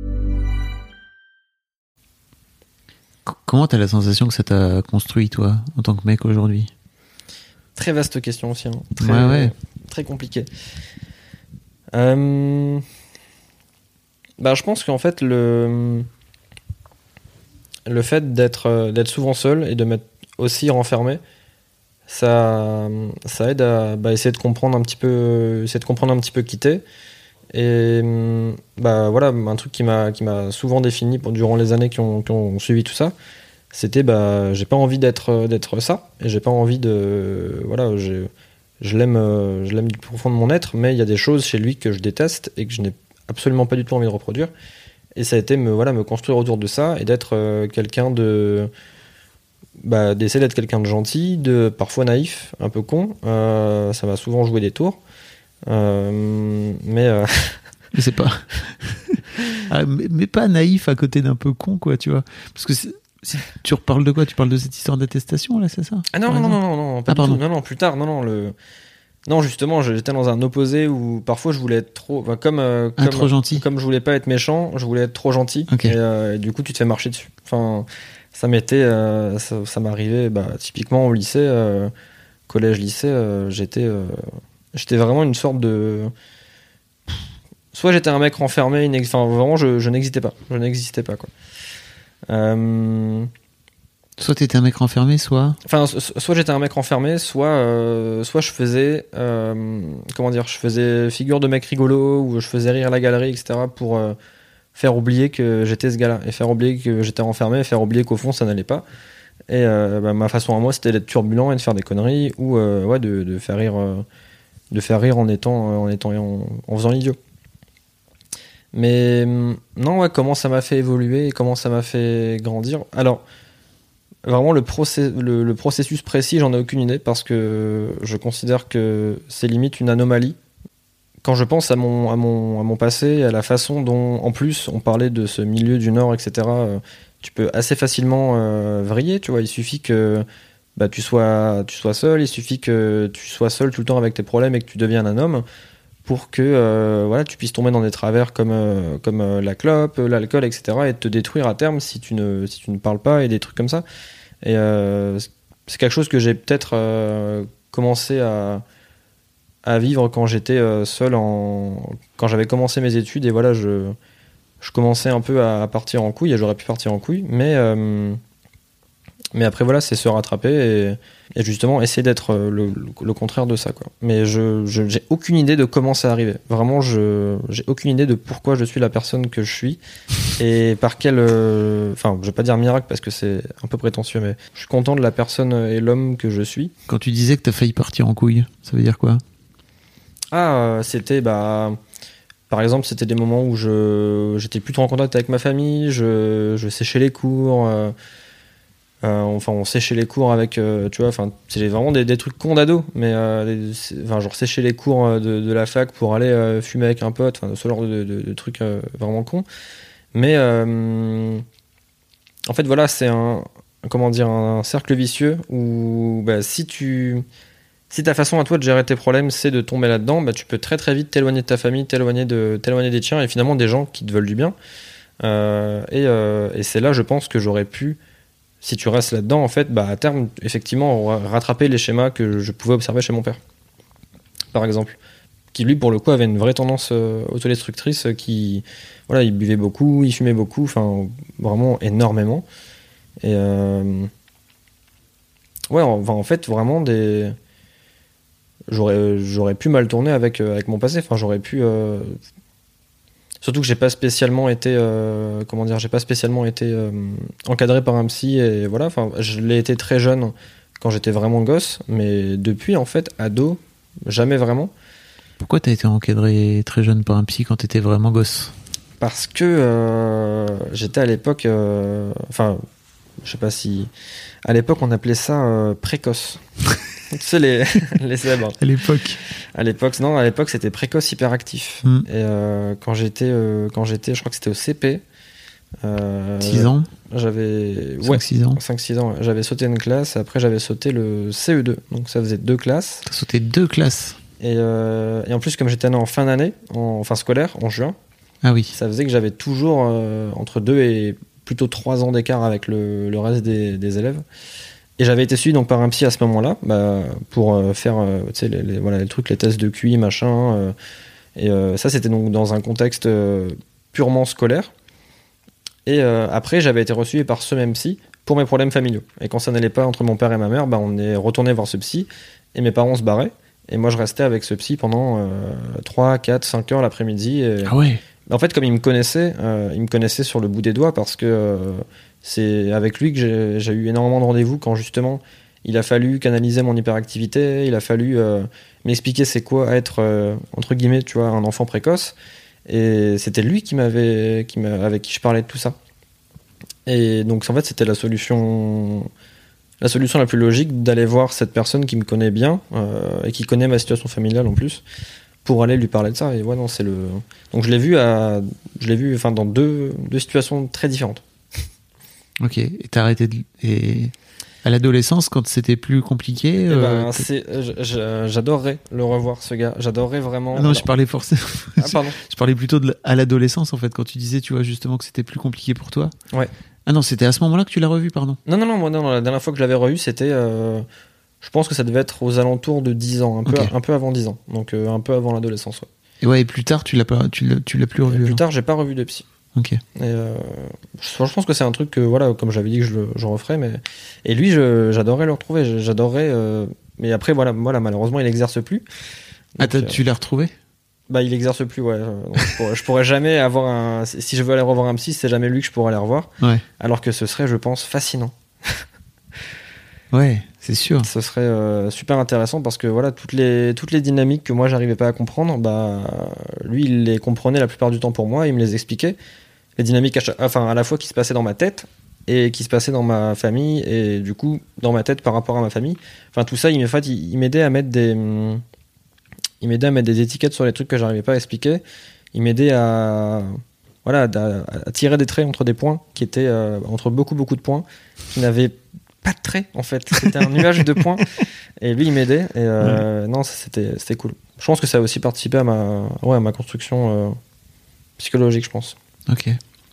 Comment t'as la sensation que ça t'a construit, toi, en tant que mec aujourd'hui ? Très vaste question aussi, hein. Très compliqué. Je pense qu'en fait le fait d'être souvent seul et de m'être aussi renfermé, ça aide à essayer de comprendre un petit peu qui t'es. Et voilà, un truc qui m'a souvent défini durant les années qui ont suivi tout ça, c'était j'ai pas envie d'être ça, et j'ai pas envie de je l'aime du profond de mon être, mais il y a des choses chez lui que je déteste et que je n'ai absolument pas du tout envie de reproduire. Et ça a été me construire autour de ça et d'être quelqu'un d'essayer d'être quelqu'un de gentil, de parfois naïf, un peu con. Ça va souvent jouer des tours. Mais c'est pas mais pas naïf à côté d'un peu con, quoi, tu vois, parce que tu reparles de quoi? Tu parles de cette histoire d'attestation là, c'est ça? Ah non, pas du tout. Non, plus tard. Non, justement, j'étais dans un opposé où parfois je voulais être trop trop gentil. Comme je voulais pas être méchant, je voulais être trop gentil. Okay. Et du coup tu te fais marcher dessus. Enfin, ça m'arrivait typiquement au lycée, collège, lycée, j'étais vraiment une sorte de... Soit j'étais un mec renfermé, vraiment je n'existais pas. Quoi. Soit t'étais un mec renfermé, soit j'étais un mec renfermé, soit je faisais je faisais figure de mec rigolo, ou je faisais rire la galerie, etc. pour faire oublier que j'étais ce gars-là, et faire oublier que j'étais renfermé, et faire oublier qu'au fond ça n'allait pas. Et ma façon à moi, c'était d'être turbulent et de faire des conneries, ou de faire rire en faisant l'idiot. Mais non, comment ça m'a fait évoluer et comment ça m'a fait grandir. Alors vraiment le processus précis, j'en ai aucune idée, parce que je considère que c'est limite une anomalie. Quand je pense à mon passé, à la façon dont, en plus, on parlait de ce milieu du Nord, etc., tu peux assez facilement vriller, tu vois. Il suffit que tu sois seul. Il suffit que tu sois seul tout le temps avec tes problèmes et que tu deviennes un homme pour que tu puisses tomber dans des travers comme la clope, l'alcool, etc. et te détruire à terme si tu ne parles pas et des trucs comme ça. Et c'est quelque chose que j'ai peut-être commencé à vivre quand j'étais seul, quand j'avais commencé mes études, et voilà, je commençais un peu à partir en couille, et j'aurais pu partir en couille, mais après voilà, c'est se rattraper et justement essayer d'être le contraire de ça, quoi. Mais j'ai aucune idée de comment c'est arrivé. Vraiment, j'ai aucune idée de pourquoi je suis la personne que je suis et par quel... Enfin, je vais pas dire miracle parce que c'est un peu prétentieux, mais je suis content de la personne et l'homme que je suis. Quand tu disais que t'as failli partir en couille, ça veut dire quoi ? C'était... Par exemple, c'était des moments où j'étais plus trop en contact avec ma famille, je séchais les cours... on séchait les cours avec, tu vois, enfin, c'est vraiment des trucs cons d'ado, mais genre sécher les cours de la fac pour aller fumer avec un pote, enfin, ce genre de trucs vraiment cons. Mais en fait, voilà, c'est un cercle vicieux où si ta façon à toi de gérer tes problèmes, c'est de tomber là-dedans, tu peux très très vite t'éloigner de ta famille, t'éloigner des tiens, et finalement des gens qui te veulent du bien. Et c'est là, je pense, que j'aurais pu, si tu restes là-dedans, en fait, à terme, effectivement, rattraper les schémas que je pouvais observer chez mon père, par exemple, qui lui, pour le coup, avait une vraie tendance autodestructrice, il buvait beaucoup, il fumait beaucoup, enfin, vraiment énormément. Et en fait, vraiment j'aurais pu mal tourner avec mon passé. Enfin, j'aurais pu. Surtout que j'ai pas spécialement été encadré par un psy, et voilà. Enfin, je l'ai été très jeune quand j'étais vraiment gosse, mais depuis, en fait, ado, jamais vraiment. Pourquoi t'as été encadré très jeune par un psy quand t'étais vraiment gosse ? Parce que j'étais à l'époque, je sais pas si à l'époque on appelait ça précoce. Tu sais, les zèbres. À l'époque, c'était précoce hyperactif. Et quand j'étais, je crois que c'était au CP. 6 ans. J'avais 5-6 ans. 5-6 ans. J'avais sauté une classe, après j'avais sauté le CE2. Donc ça faisait 2 classes. T'as sauté 2 classes. Et en plus, comme j'étais né en fin d'année, en fin scolaire, en juin. Ah oui. Ça faisait que j'avais toujours entre 2 et plutôt 3 ans d'écart avec le reste des élèves. Et j'avais été suivi donc par un psy à ce moment-là, pour faire les trucs, les tests de QI, machin. Et ça, c'était donc dans un contexte purement scolaire. Et après, j'avais été reçu par ce même psy pour mes problèmes familiaux. Et quand ça n'allait pas entre mon père et ma mère, on est retourné voir ce psy. Et mes parents se barraient. Et moi, je restais avec ce psy pendant 3, 4, 5 heures l'après-midi. Ah ouais. En fait, comme il me connaissait sur le bout des doigts, parce que c'est avec lui que j'ai eu énormément de rendez-vous quand justement il a fallu canaliser mon hyperactivité, il a fallu m'expliquer c'est quoi être entre guillemets, tu vois, un enfant précoce. Et c'était lui avec qui je parlais de tout ça. Et donc en fait, c'était la solution la plus logique d'aller voir cette personne qui me connaît bien et qui connaît ma situation familiale en plus, pour aller lui parler de ça. Et donc je l'ai vu dans deux situations très différentes. Ok, et t'as arrêté et à l'adolescence, quand c'était plus compliqué, j'adorerais le revoir, ce gars. J'adorerais vraiment. Ah non, je parlais forcément. Ah, pardon. Je parlais plutôt à l'adolescence, en fait, quand tu disais, tu vois, justement que c'était plus compliqué pour toi. Ouais. Ah non, c'était à ce moment-là que tu l'as revu, pardon. Non, la dernière fois que je l'avais revu, c'était je pense que ça devait être aux alentours de 10 ans, un peu avant 10 ans, donc un peu avant l'adolescence. Ouais. Et plus tard, tu l'as plus revu. Plus tard, j'ai pas revu de psy. Ok. Et je pense que c'est un truc que, voilà, comme j'avais dit, que je referais. Et lui, j'adorerais le retrouver. J'adorerais. Mais après, voilà, malheureusement, il n'exerce plus. Donc, tu l'as retrouvé ? Il exerce plus, ouais. Donc, je pourrais jamais avoir si je veux aller revoir un psy, c'est jamais lui que je pourrais aller revoir. Ouais. Alors que ce serait, je pense, fascinant. Ouais, c'est sûr. Ce serait super intéressant parce que voilà, toutes les dynamiques que moi j'arrivais pas à comprendre, lui il les comprenait la plupart du temps pour moi, il me les expliquait. Les dynamiques à la fois qui se passaient dans ma tête et qui se passaient dans ma famille, et du coup dans ma tête par rapport à ma famille. Enfin tout ça, il m'aidait à mettre des étiquettes sur les trucs que j'arrivais pas à expliquer. Il m'aidait à tirer des traits entre des points qui étaient entre beaucoup de points qui n'avaient pas de traits en fait, c'était un nuage de points et lui il m'aidait et non c'était cool. Je pense que ça a aussi participé à ma construction psychologique, je pense. Ok.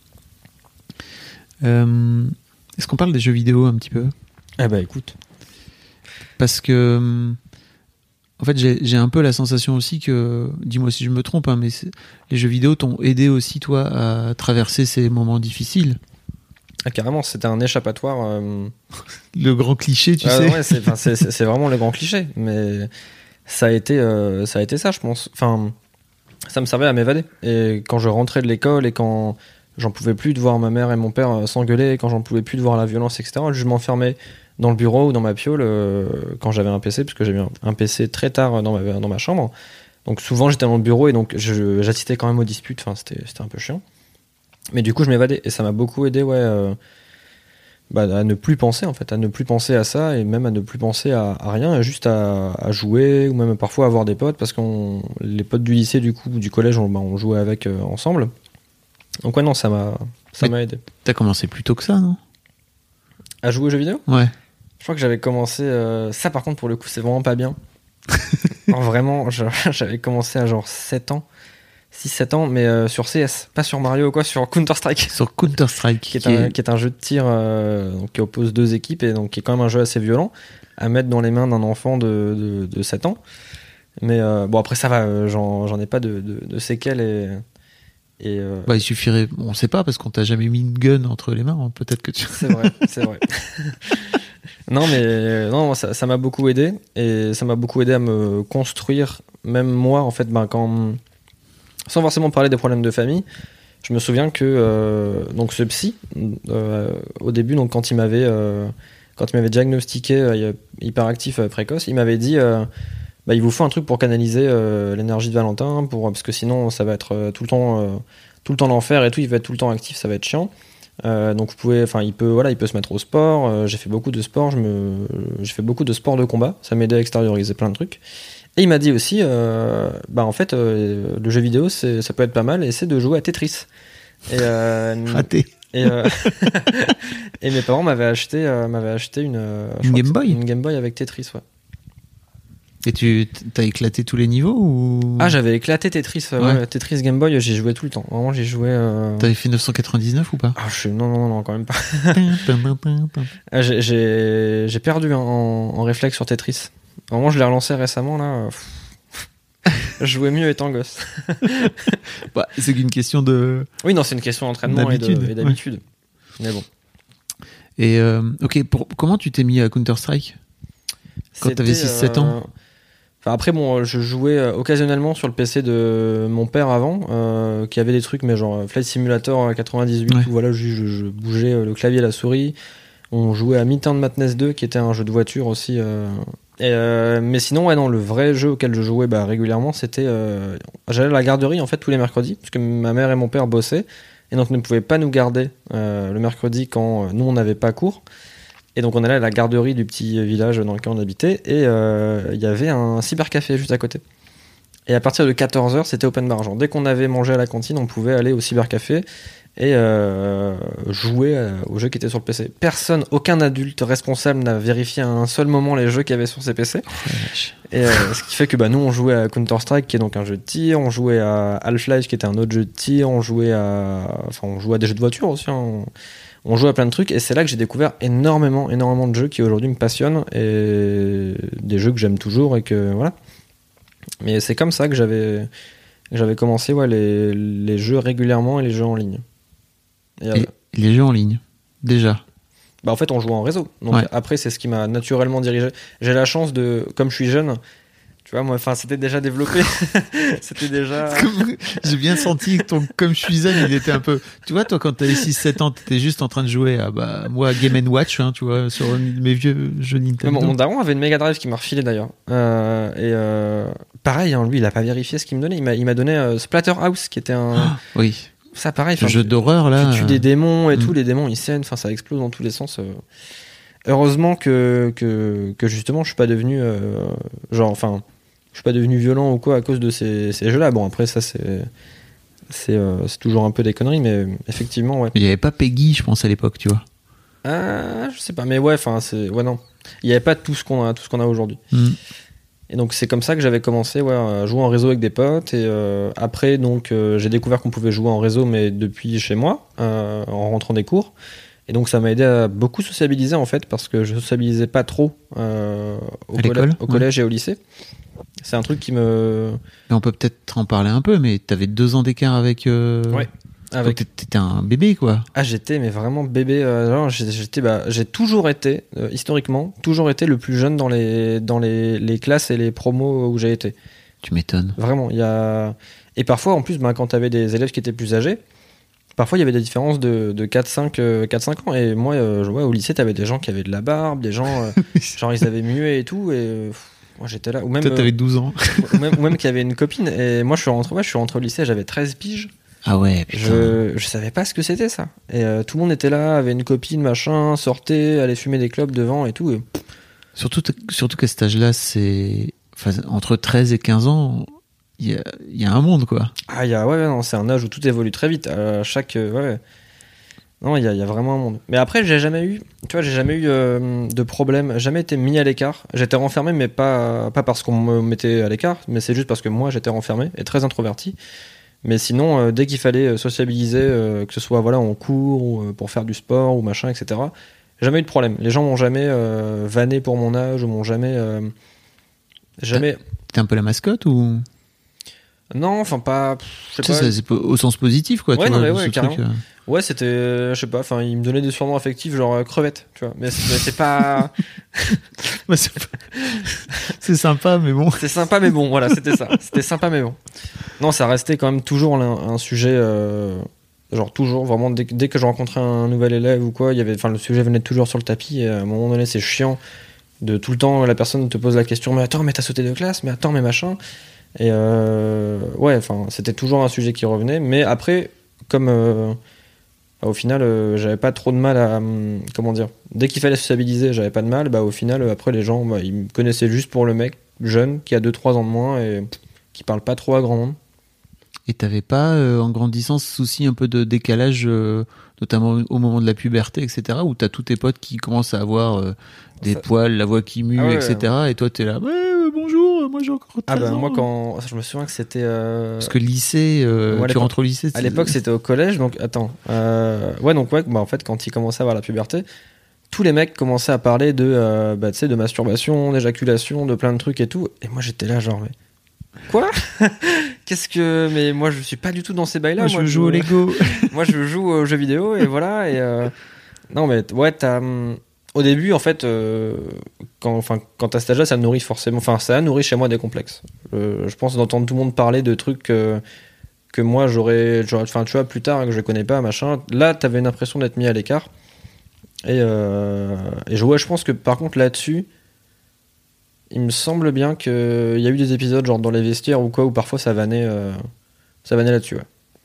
Est-ce qu'on parle des jeux vidéo un petit peu ? Eh ben écoute. Parce que en fait j'ai un peu la sensation aussi que, dis-moi si je me trompe, hein, mais les jeux vidéo t'ont aidé aussi toi à traverser ces moments difficiles. Ah, carrément, c'était un échappatoire. Le grand cliché, tu sais. Ouais, c'est vraiment le grand cliché, mais ça a été ça, je pense. Enfin, ça me servait à m'évader. Et quand je rentrais de l'école et quand j'en pouvais plus de voir ma mère et mon père s'engueuler, et quand j'en pouvais plus de voir la violence, etc., je m'enfermais dans le bureau ou dans ma piole quand j'avais un PC, parce que j'ai eu un PC très tard dans ma chambre. Donc souvent j'étais dans le bureau et donc j'assistais quand même aux disputes. Enfin, c'était un peu chiant. Mais du coup, je m'évadais et ça m'a beaucoup aidé, à ne plus penser en fait, à ne plus penser à ça et même à ne plus penser à rien, juste à jouer ou même parfois à avoir des potes parce que les potes du lycée du collège, on jouait avec ensemble. Donc ouais, non, ça m'a aidé. T'as commencé plus tôt que ça, non ? À jouer aux jeux vidéo ? Ouais. Je crois que j'avais commencé ça par contre pour le coup, c'est vraiment pas bien. Non, vraiment, j'avais commencé à genre 6-7 ans, mais sur CS, pas sur Mario ou quoi, sur Counter-Strike. Sur Counter-Strike. qui est un jeu de tir donc, qui oppose deux équipes et donc qui est quand même un jeu assez violent à mettre dans les mains d'un enfant de 7 ans. Mais bon, après ça va, j'en ai pas de séquelles et il suffirait, on sait pas parce qu'on t'a jamais mis une gun entre les mains, hein. Peut-être que tu... C'est vrai. Non, mais non, ça m'a beaucoup aidé et ça m'a beaucoup aidé à me construire, même moi en fait, quand... Sans forcément parler des problèmes de famille, je me souviens que donc ce psy, au début, donc quand il m'avait diagnostiqué hyperactif précoce, il m'avait dit il vous faut un truc pour canaliser l'énergie de Valentin, parce que sinon ça va être tout le temps l'enfer et tout, il va être tout le temps actif, ça va être chiant. Donc il peut se mettre au sport. J'ai fait beaucoup de sport, j'ai fait beaucoup de sport de combat, ça m'aidait à extérioriser plein de trucs. Et il m'a dit aussi, en fait, le jeu vidéo, ça peut être pas mal, et essaie de jouer à Tetris. Et, raté. Et mes parents m'avaient acheté une Game Boy. Une Game Boy avec Tetris, ouais. Et t'as éclaté tous les niveaux ou... Ah, j'avais éclaté Tetris, ouais. Tetris Game Boy, j'y jouais tout le temps. Vraiment, j'y jouais. T'avais fait 999 ou pas? Non, quand même pas. J'ai perdu en réflexe sur Tetris. Vraiment, je l'ai relancé récemment, là. Je jouais mieux étant gosse. C'est qu'une question de... Oui, non, c'est une question d'entraînement et d'habitude. Ouais. Mais bon. Et comment tu t'es mis à Counter-Strike quand t'avais 6-7 ans? Après, bon, je jouais occasionnellement sur le PC de mon père avant, qui avait des trucs, mais genre Flight Simulator 98, où voilà, je bougeais le clavier et la souris. On jouait à Midtown Madness 2, qui était un jeu de voiture aussi. Mais sinon, le vrai jeu auquel je jouais régulièrement, c'était... j'allais à la garderie, en fait, tous les mercredis, parce que ma mère et mon père bossaient, et donc ne pouvaient pas nous garder le mercredi quand nous, on n'avait pas cours. Et donc on allait à la garderie du petit village dans lequel on habitait et il y avait un cybercafé juste à côté. Et à partir de 14h, c'était open bar. Genre, dès qu'on avait mangé à la cantine, on pouvait aller au cybercafé et jouer aux jeux qui étaient sur le PC. Aucun adulte responsable n'a vérifié à un seul moment les jeux qu'il y avait sur ces PC. Et ce qui fait que nous, on jouait à Counter-Strike, qui est donc un jeu de tir, on jouait à Half-Life, qui était un autre jeu de tir, on jouait à des jeux de voiture aussi, hein. On joue à plein de trucs et c'est là que j'ai découvert énormément de jeux qui aujourd'hui me passionnent et des jeux que j'aime toujours et que voilà. Mais c'est comme ça que j'avais commencé les jeux régulièrement et les jeux en ligne. Et les jeux en ligne, déjà. En fait, on joue en réseau. Donc après, c'est ce qui m'a naturellement dirigé. J'ai la chance comme je suis jeune, tu vois, moi, c'était déjà développé. C'était déjà... J'ai bien senti que comme je suis zen, il était un peu... Tu vois, toi, quand t'avais 6-7 ans, t'étais juste en train de jouer à, moi, Game & Watch, hein, tu vois, sur mes vieux jeux Nintendo. Mon daron avait une Mega Drive qui m'a refilé, d'ailleurs. Pareil, hein, lui, il a pas vérifié ce qu'il me donnait. Il m'a donné Splatterhouse, qui était un... oui. Ça, pareil. Le jeu d'horreur, là. Tu tues des démons et tout, les démons, ils saignent, ça explose dans tous les sens. Heureusement que justement, je suis pas devenu... je suis pas devenu violent ou quoi à cause de ces jeux-là. Bon, après, ça, c'est toujours un peu des conneries, mais effectivement, ouais. Il y avait pas Peggy, je pense, à l'époque, tu vois. Je sais pas, mais ouais, enfin, non. Il n'y avait pas tout ce qu'on a aujourd'hui. Et donc, c'est comme ça que j'avais commencé à jouer en réseau avec des potes. Et après, donc, j'ai découvert qu'on pouvait jouer en réseau, mais depuis chez moi, en rentrant des cours. Et donc, ça m'a aidé à beaucoup sociabiliser, en fait, parce que je sociabilisais pas trop au collège et au lycée. C'est un truc qui me... Mais on peut peut-être en parler un peu, mais t'avais 2 ans d'écart avec... Ouais. Donc t'étais un bébé, quoi. J'étais mais vraiment bébé. J'ai toujours été, historiquement, le plus jeune dans les classes et les promos où j'ai été. Tu m'étonnes. Vraiment, et parfois, en plus, quand t'avais des élèves qui étaient plus âgés, parfois il y avait des différences de 4-5 ans. Et moi, au lycée, t'avais des gens qui avaient de la barbe, des gens, genre ils avaient muet et tout. Et moi, j'étais là. Ou même, toi, t'avais 12 ans. ou même qu'il y avait une copine. Et moi, je suis rentré au lycée, j'avais 13 piges. Ah ouais, putain. Je savais pas ce que c'était ça. Et tout le monde était là, avait une copine, machin, sortait, allait fumer des clopes devant et tout. Et... Surtout qu'à cet âge-là, entre 13 et 15 ans, il y a un monde, quoi. Non, c'est un âge où tout évolue très vite. Non, il y a vraiment un monde. Mais après, j'ai jamais eu de problème, jamais été mis à l'écart. J'étais renfermé, mais pas parce qu'on me mettait à l'écart, mais c'est juste parce que moi, j'étais renfermé et très introverti. Mais sinon, dès qu'il fallait sociabiliser, que ce soit en cours ou pour faire du sport ou machin, etc., jamais eu de problème. Les gens m'ont jamais vanné pour mon âge ou m'ont jamais. T'es un peu la mascotte ou? Non, enfin pas. Je sais pas. Ça, c'est au sens positif, quoi. Ouais, tu non, vois, mais ouais, carrément. truc, Ouais, c'était, je sais pas, enfin, ils me donnaient des surnoms affectifs, genre crevette, tu vois. Mais c'est pas. C'est sympa, mais bon. C'est sympa, mais bon, voilà, c'était ça. C'était sympa, mais bon. Non, ça restait quand même toujours un sujet, genre toujours, vraiment, dès que je rencontrais un nouvel élève ou quoi, le sujet venait toujours sur le tapis, et à un moment donné, c'est chiant de tout le temps, la personne te pose la question, mais attends, mais t'as sauté de classe, mais attends, mais machin. Et c'était toujours un sujet qui revenait, mais après, comme. Au final, j'avais pas trop de mal à... comment dire ? Dès qu'il fallait sociabiliser, j'avais pas de mal. Au final, après, les gens, ils me connaissaient juste pour le mec jeune qui a 2-3 ans de moins et qui parle pas trop à grand monde. Et t'avais pas, en grandissant, ce souci un peu de décalage, notamment au moment de la puberté, etc., où t'as tous tes potes qui commencent à avoir des poils, la voix qui mue, etc., et toi, t'es là, bonjour, moi j'ai encore 13 ans. Moi, je me souviens que c'était... Parce que lycée, tu rentres au lycée... À l'époque, c'était au collège, donc attends. En fait, quand il commençait à avoir la puberté, tous les mecs commençaient à parler de masturbation, d'éjaculation, de plein de trucs et tout, et moi, j'étais là, genre... Mais... Quoi ? Mais moi je suis pas du tout dans ces bails là. Moi je joue au Lego. Moi je joue aux jeux vidéo et voilà. Non mais ouais, au début en fait quand t'as cet âge là, ça nourrit forcément, ça a nourri chez moi des complexes. Je pense d'entendre tout le monde parler de trucs que moi j'aurais tu vois plus tard que je connais pas machin. Là t'avais une impression d'être mis à l'écart et je pense que par contre là-dessus il me semble bien qu'il y a eu des épisodes genre dans les vestiaires ou quoi où parfois ça vannait là-dessus. Ouais.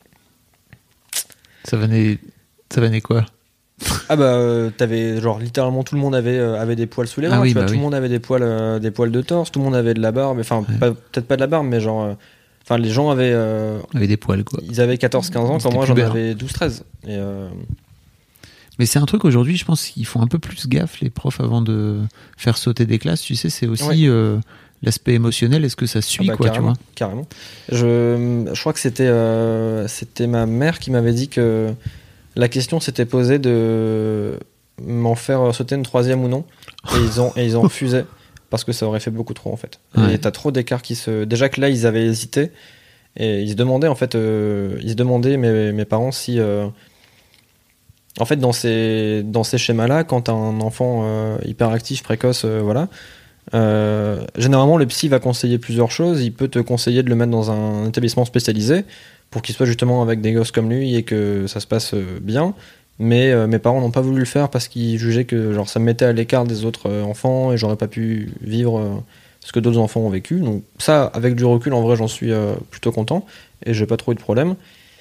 Ça vannait quoi ? T'avais genre littéralement tout le monde avait des poils sous les mains, tout le monde avait des poils de torse, tout le monde avait de la barbe, peut-être pas de la barbe mais genre les gens avaient des poils quoi. Ils avaient 14-15 ans quand moi j'en avais 12-13 et mais c'est un truc aujourd'hui, je pense qu'ils font un peu plus gaffe les profs avant de faire sauter des classes, tu sais, c'est aussi l'aspect émotionnel, est-ce que ça suit quoi, tu vois ? Carrément. Je crois que c'était ma mère qui m'avait dit que la question s'était posée de m'en faire sauter une 3e ou non, et ils ont refusé parce que ça aurait fait beaucoup trop en fait. Ouais. Et t'as trop d'écart déjà que là ils avaient hésité et ils se demandaient mes parents si en fait, dans ces schémas-là, quand t'as un enfant hyperactif, précoce, généralement le psy va conseiller plusieurs choses. Il peut te conseiller de le mettre dans un établissement spécialisé pour qu'il soit justement avec des gosses comme lui et que ça se passe bien. Mais mes parents n'ont pas voulu le faire parce qu'ils jugeaient que ça me mettait à l'écart des autres enfants et j'aurais pas pu vivre ce que d'autres enfants ont vécu. Donc ça, avec du recul, en vrai, j'en suis plutôt content et j'ai pas trop eu de problème.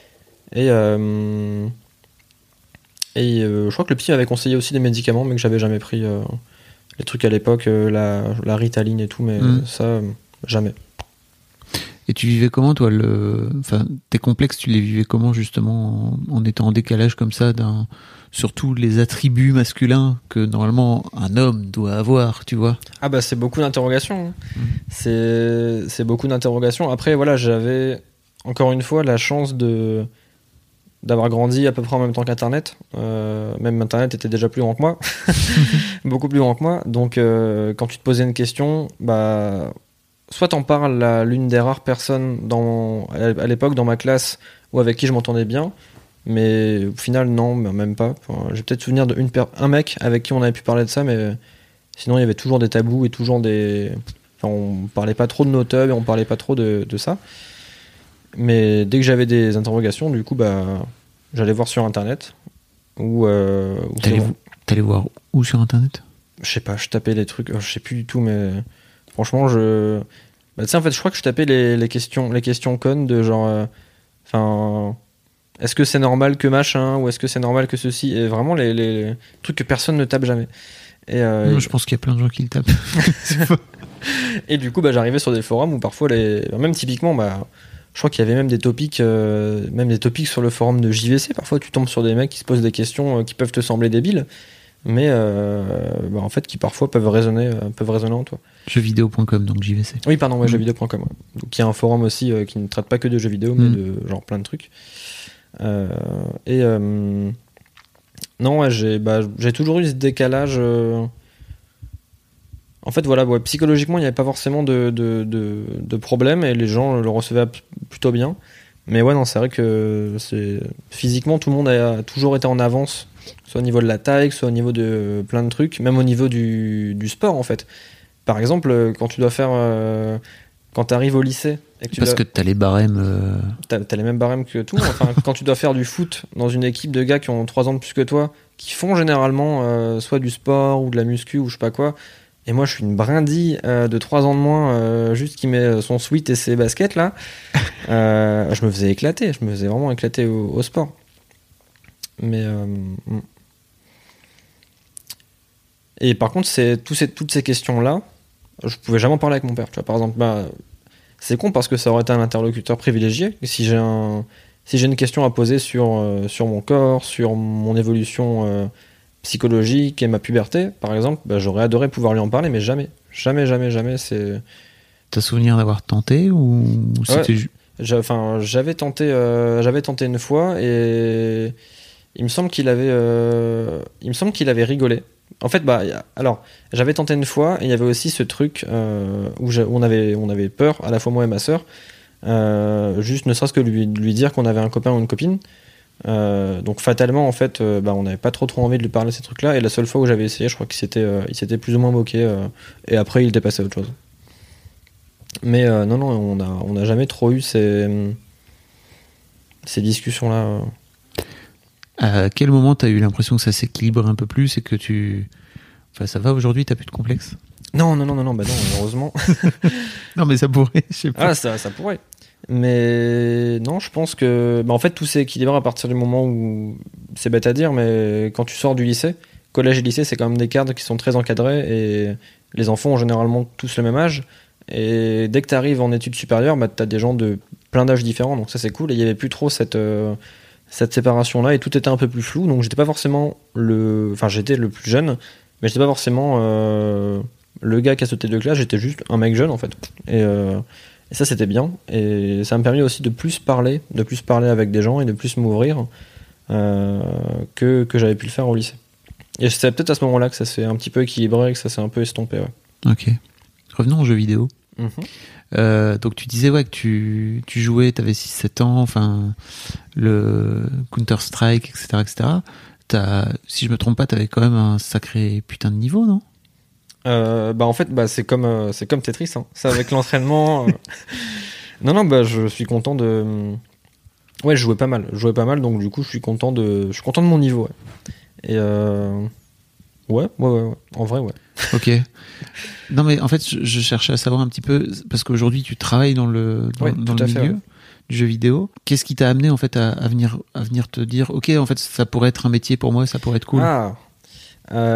Et je crois que le psy avait conseillé aussi des médicaments, mais que j'avais jamais pris. Les trucs à l'époque, la Ritaline et tout, mais ça, jamais. Et tu vivais comment, toi, tes complexes, tu les vivais comment, justement, en étant en décalage comme ça, surtout les attributs masculins que, normalement, un homme doit avoir, tu vois? Ah bah, c'est beaucoup d'interrogations. C'est beaucoup d'interrogations. Après, voilà, j'avais, encore une fois, la chance d'avoir grandi à peu près en même temps qu'Internet. Même Internet était déjà plus grand que moi. Beaucoup plus grand que moi. Donc, quand tu te posais une question, bah... soit t'en parles à l'une des rares personnes à l'époque dans ma classe ou avec qui je m'entendais bien, mais au final non, même pas. Enfin, j'ai peut-être souvenir d'un mec avec qui on avait pu parler de ça, mais sinon il y avait toujours des tabous et toujours on parlait pas trop de nos tubs et on parlait pas trop de ça. Mais dès que j'avais des interrogations, du coup bah j'allais voir sur internet ou t'allais voir où sur internet? Je sais pas, je tapais les trucs, je sais plus du tout, mais franchement, tu sais, en fait, je crois que je tapais les questions connes de genre, est-ce que c'est normal que machin, ou est-ce que c'est normal que ceci, et vraiment les trucs que personne ne tape jamais. Je pense qu'il y a plein de gens qui le tapent. Et du coup, bah, j'arrivais sur des forums où parfois, même typiquement, bah, je crois qu'il y avait même des topics sur le forum de JVC. Parfois, tu tombes sur des mecs qui se posent des questions qui peuvent te sembler débiles, mais en fait qui parfois peuvent résonner en toi. Jeuxvideo.com, donc JVC. Oui, pardon, jeuxvideo.com. Ouais. Donc il y a un forum aussi qui ne traite pas que de jeux vidéo, mais de genre plein de trucs. Non, ouais, j'ai toujours eu ce décalage. En fait, voilà, ouais, psychologiquement, il n'y avait pas forcément de problème et les gens le recevaient plutôt bien. Mais ouais, non, c'est vrai que physiquement, tout le monde a toujours été en avance, soit au niveau de la taille, soit au niveau de plein de trucs, même au niveau du sport, en fait. Par exemple, quand tu dois faire... quand tu arrives au lycée... que t'as les barèmes... T'as les mêmes barèmes que tout. Enfin, quand tu dois faire du foot dans une équipe de gars qui ont 3 ans de plus que toi, qui font généralement soit du sport ou de la muscu ou je sais pas quoi, et moi je suis une brindille de 3 ans de moins, juste qui met son sweat et ses baskets là, je me faisais éclater. Je me faisais vraiment éclater au sport. Mais... Et par contre, toutes ces questions-là, je pouvais jamais en parler avec mon père. Tu vois, par exemple, c'est con parce que ça aurait été un interlocuteur privilégié. Si j'ai une question à poser sur mon corps, sur mon évolution psychologique et ma puberté, par exemple, j'aurais adoré pouvoir lui en parler, mais jamais. Jamais. T'as souvenir d'avoir tenté ou c'était j'avais tenté une fois et il me semble qu'il avait rigolé. En fait, alors, j'avais tenté une fois et il y avait aussi ce truc où on avait peur, à la fois moi et ma sœur, juste ne serait-ce que lui dire qu'on avait un copain ou une copine. Donc fatalement, en fait, on n'avait pas trop envie de lui parler de ces trucs-là. Et la seule fois où j'avais essayé, je crois qu'il s'était plus ou moins moqué. Et après, il était passé à autre chose. Mais non, on n'a jamais trop eu ces discussions-là. À quel moment t'as eu l'impression que ça s'équilibre un peu plus et que ça va aujourd'hui, t'as plus de complexe? Non, heureusement. Non, mais ça pourrait, je sais pas. Ah, ça pourrait. Mais non, je pense que en fait tout s'est équilibré à partir du moment où, c'est bête à dire, mais quand tu sors du lycée, collège et lycée, c'est quand même des cadres qui sont très encadrés et les enfants ont généralement tous le même âge. Et dès que tu arrives en études supérieures, tu as des gens de plein d'âges différents, donc ça c'est cool. Et il n'y avait plus trop cette séparation-là et tout était un peu plus flou. Donc j'étais pas forcément j'étais le plus jeune, mais j'étais pas forcément le gars qui a sauté de classe, j'étais juste un mec jeune en fait. Et ça c'était bien. Et ça m'a permis aussi de plus parler avec des gens et de plus m'ouvrir que j'avais pu le faire au lycée. Et c'est peut-être à ce moment-là que ça s'est un petit peu équilibré et que ça s'est un peu estompé. Ouais. Ok. Revenons aux jeux vidéo. Donc tu disais que tu jouais, t'avais 6-7 ans, enfin le Counter-Strike, etc. Si je me trompe pas, t'avais quand même un sacré putain de niveau, non? En fait, c'est comme Tetris, hein. C'est avec l'entraînement. Non, je suis content de. Ouais, je jouais pas mal, donc du coup, je suis content de mon niveau. Ouais. Et ouais, en vrai, ouais. Ok. Non, mais en fait, je cherchais à savoir un petit peu, parce qu'aujourd'hui, tu travailles dans le milieu du jeu vidéo. Qu'est-ce qui t'a amené, en fait, à venir te dire, ok, en fait, ça pourrait être un métier pour moi, ça pourrait être cool.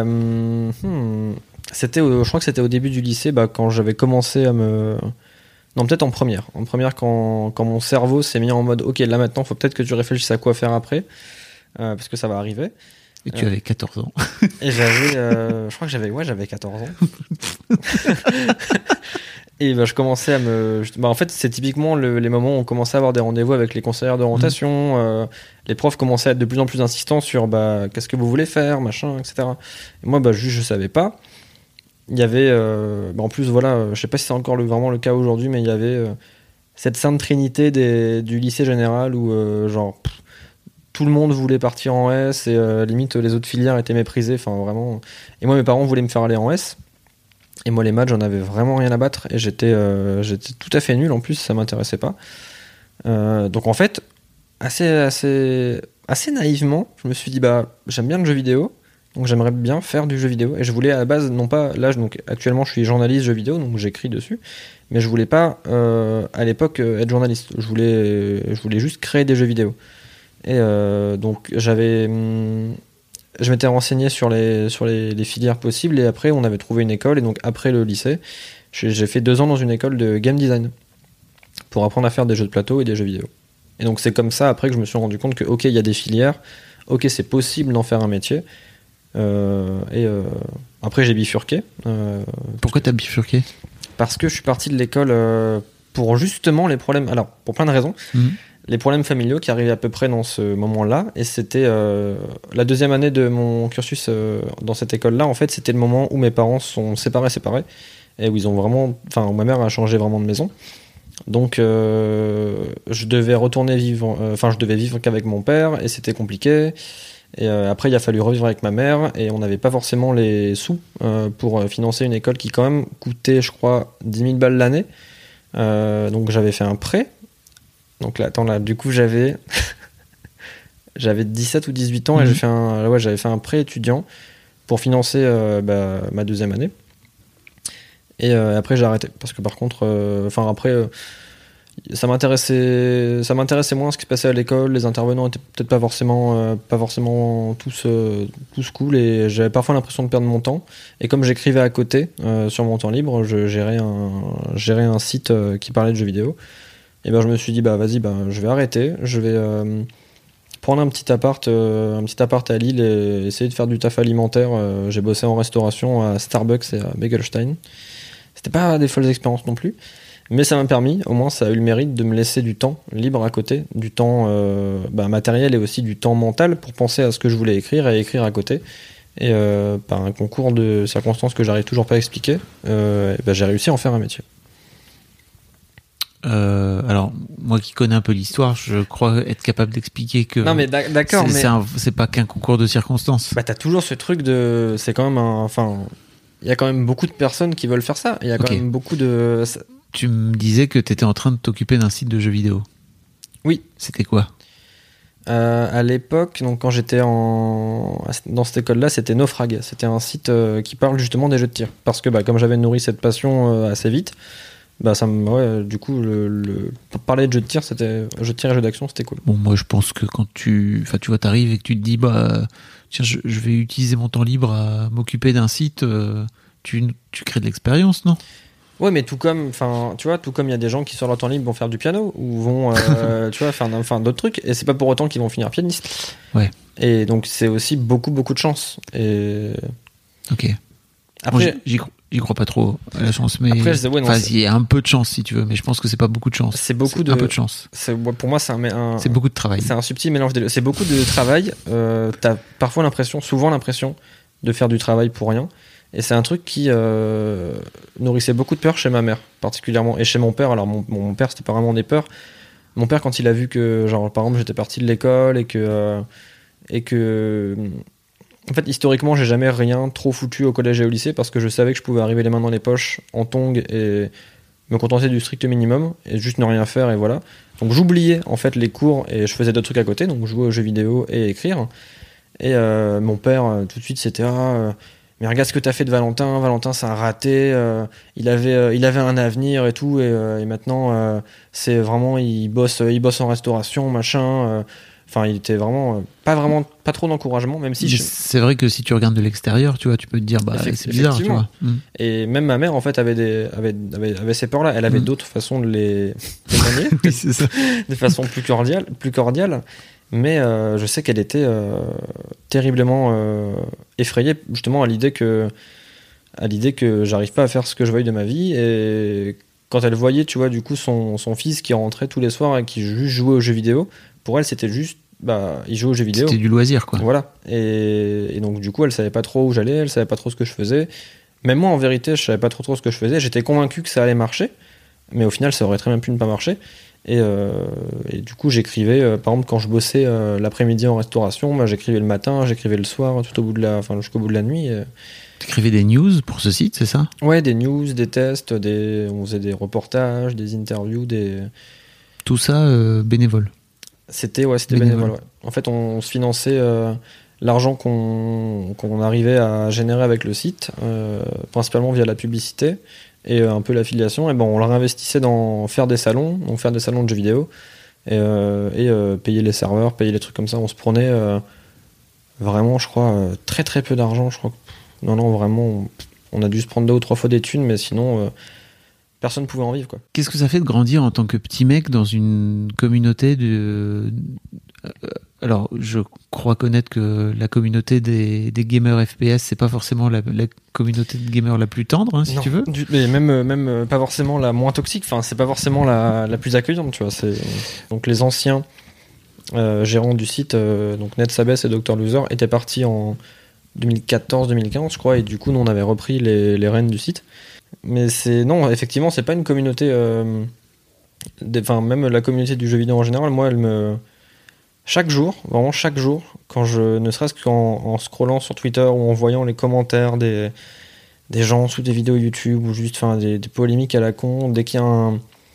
Je crois que c'était au début du lycée, quand j'avais commencé à me Non, peut-être en première. En première, quand mon cerveau s'est mis en mode ok, là maintenant, faut peut-être que tu réfléchisses à quoi faire après, parce que ça va arriver. Et tu avais 14 ans. Et je crois que j'avais 14 ans. Et je commençais à en fait, c'est typiquement les moments où on commençait à avoir des rendez-vous avec les conseillères d'orientation. Les profs commençaient à être de plus en plus insistants sur qu'est-ce que vous voulez faire, machin, etc. Et moi, juste, je savais pas. Il y avait, en plus, voilà, je sais pas si c'est encore vraiment le cas aujourd'hui, mais il y avait cette sainte trinité du lycée général où, tout le monde voulait partir en S et limite les autres filières étaient méprisées. Enfin, vraiment. Et moi, mes parents voulaient me faire aller en S. Et moi, les maths, j'en avais vraiment rien à battre. Et j'étais tout à fait nul. En plus, ça m'intéressait pas. Donc, en fait, assez naïvement, je me suis dit, j'aime bien le jeu vidéo. Donc, j'aimerais bien faire du jeu vidéo. Et je voulais, à la base, non pas... Là, donc, actuellement, je suis journaliste jeu vidéo, donc j'écris dessus. Mais je voulais pas, à l'époque, être journaliste. Je voulais juste créer des jeux vidéo. Et donc, je m'étais renseigné sur les filières possibles et après on avait trouvé une école et donc après le lycée j'ai fait 2 ans dans une école de game design pour apprendre à faire des jeux de plateau et des jeux vidéo. Et donc c'est comme ça après que je me suis rendu compte que ok, il y a des filières, ok, c'est possible d'en faire un métier. Après j'ai bifurqué. Pourquoi t'as bifurqué ? Parce que je suis parti de l'école pour justement les problèmes, alors pour plein de raisons. Les problèmes familiaux qui arrivaient à peu près dans ce moment-là. Et c'était la 2e année de mon cursus dans cette école-là. En fait, c'était le moment où mes parents sont séparés. Et où ils ont vraiment... Enfin, où ma mère a changé vraiment de maison. Donc, je devais retourner vivre... je devais vivre qu'avec mon père. Et c'était compliqué. Et après, il a fallu revivre avec ma mère. Et on n'avait pas forcément les sous pour financer une école qui, quand même, coûtait, je crois, 10 000 balles l'année. Donc, j'avais fait un prêt. Donc là, du coup, j'avais 17 ou 18 ans et j'avais fait un prêt étudiant pour financer ma 2e année. Et après, j'ai arrêté. Parce que par contre, ça m'intéressait moins ce qui se passait à l'école. Les intervenants étaient peut-être pas forcément tous cool et j'avais parfois l'impression de perdre mon temps. Et comme j'écrivais à côté, sur mon temps libre, je gérais un site qui parlait de jeux vidéo. Et je me suis dit vas-y, je vais arrêter, je vais prendre un petit appart à Lille et essayer de faire du taf alimentaire. J'ai bossé en restauration à Starbucks et à Begelstein. C'était pas des folles expériences non plus, mais ça m'a permis, au moins ça a eu le mérite de me laisser du temps libre à côté, du temps matériel et aussi du temps mental pour penser à ce que je voulais écrire et écrire à côté. Et par un concours de circonstances que j'arrive toujours pas à expliquer, j'ai réussi à en faire un métier. Alors, moi qui connais un peu l'histoire, je crois être capable d'expliquer que. Non, mais d'accord, c'est pas qu'un concours de circonstances. T'as toujours ce truc de. C'est quand même il y a quand même beaucoup de personnes qui veulent faire ça. Il y a quand même beaucoup de. Tu me disais que t'étais en train de t'occuper d'un site de jeux vidéo. Oui. C'était quoi ? À l'époque, donc quand j'étais dans cette école-là, c'était Naufrag. C'était un site qui parle justement des jeux de tir. Parce que comme j'avais nourri cette passion assez vite. Du coup, parler de jeux de tir, jeux de tir et jeux d'action, c'était cool. Bon, moi, je pense que quand tu vois, t'arrives et que tu te dis, tiens, je vais utiliser mon temps libre à m'occuper d'un site, tu crées de l'expérience, non ? Ouais, mais tout comme il y a des gens qui sur leur temps libre vont faire du piano ou vont, faire d'autres trucs, et c'est pas pour autant qu'ils vont finir pianiste. Ouais. Et donc, c'est aussi beaucoup, beaucoup de chance. Et. Ok. Après, moi, j'y crois pas trop à la chance, mais après, il y a un peu de chance si tu veux, mais je pense que c'est pas beaucoup de chance. C'est un peu de chance. Pour moi, c'est beaucoup de travail. C'est un subtil mélange des deux. C'est beaucoup de travail. T'as souvent l'impression de faire du travail pour rien. Et c'est un truc qui nourrissait beaucoup de peur chez ma mère, particulièrement, et chez mon père. Alors mon père, c'était pas vraiment des peurs. Mon père, quand il a vu que, par exemple, j'étais parti de l'école et que en fait, historiquement, j'ai jamais rien trop foutu au collège et au lycée parce que je savais que je pouvais arriver les mains dans les poches en tongs et me contenter du strict minimum et juste ne rien faire et voilà. Donc j'oubliais en fait les cours et je faisais d'autres trucs à côté, donc jouer aux jeux vidéo et écrire. Et mon père, tout de suite, c'était mais regarde ce que t'as fait de Valentin. Valentin, c'est un raté. Il avait un avenir et tout, et maintenant c'est vraiment il bosse en restauration, machin. Enfin, il était vraiment pas trop d'encouragement, même si c'est vrai que si tu regardes de l'extérieur, tu vois, tu peux te dire c'est bizarre, tu vois. Et même ma mère en fait avait ces peurs là, elle avait d'autres façons de les manier. Oui, c'est ça. De façon plus cordiale, mais je sais qu'elle était terriblement effrayée justement à l'idée que j'arrive pas à faire ce que je veuille de ma vie. Et quand elle voyait, tu vois, du coup son fils qui rentrait tous les soirs et qui juste jouait aux jeux vidéo, pour elle c'était juste il jouait aux jeux vidéo, c'était du loisir, quoi. Voilà. Et donc du coup elle savait pas trop où j'allais, elle savait pas trop ce que je faisais. Même moi en vérité je savais pas trop ce que je faisais. J'étais convaincu que ça allait marcher, mais au final ça aurait très bien pu ne pas marcher. Et du coup j'écrivais par exemple quand je bossais l'après-midi en restauration, j'écrivais le matin, j'écrivais le soir, jusqu'au bout de la nuit. T'écrivais des news pour ce site, c'est ça ? Ouais, des news, des tests, on faisait des reportages, des interviews, tout ça bénévole. C'était bénévole. Ouais. En fait, on se finançait l'argent qu'on arrivait à générer avec le site, principalement via la publicité et un peu l'affiliation. Et on le réinvestissait dans faire des salons de jeux vidéo et payer les serveurs, payer les trucs comme ça. On se prenait vraiment, je crois, très très peu d'argent. Je crois que non, vraiment, on a dû se prendre 2 ou 3 fois des thunes, mais sinon, personne ne pouvait en vivre, quoi. Qu'est-ce que ça fait de grandir en tant que petit mec dans une communauté alors, je crois connaître que la communauté des gamers FPS, c'est pas forcément la communauté de gamers la plus tendre, si tu veux. Mais même pas forcément la moins toxique. Enfin, c'est pas forcément la plus accueillante, tu vois. Donc les anciens gérants du site, donc Ned Sabes et Dr Loser, étaient partis en 2014-2015, je crois, et du coup, nous on avait repris les rênes du site. Mais effectivement, c'est pas une communauté. Même la communauté du jeu vidéo en général, moi, chaque jour, quand ne serait-ce qu'en scrollant sur Twitter ou en voyant les commentaires des gens sous des vidéos YouTube ou juste des polémiques à la con, dès qu'il y a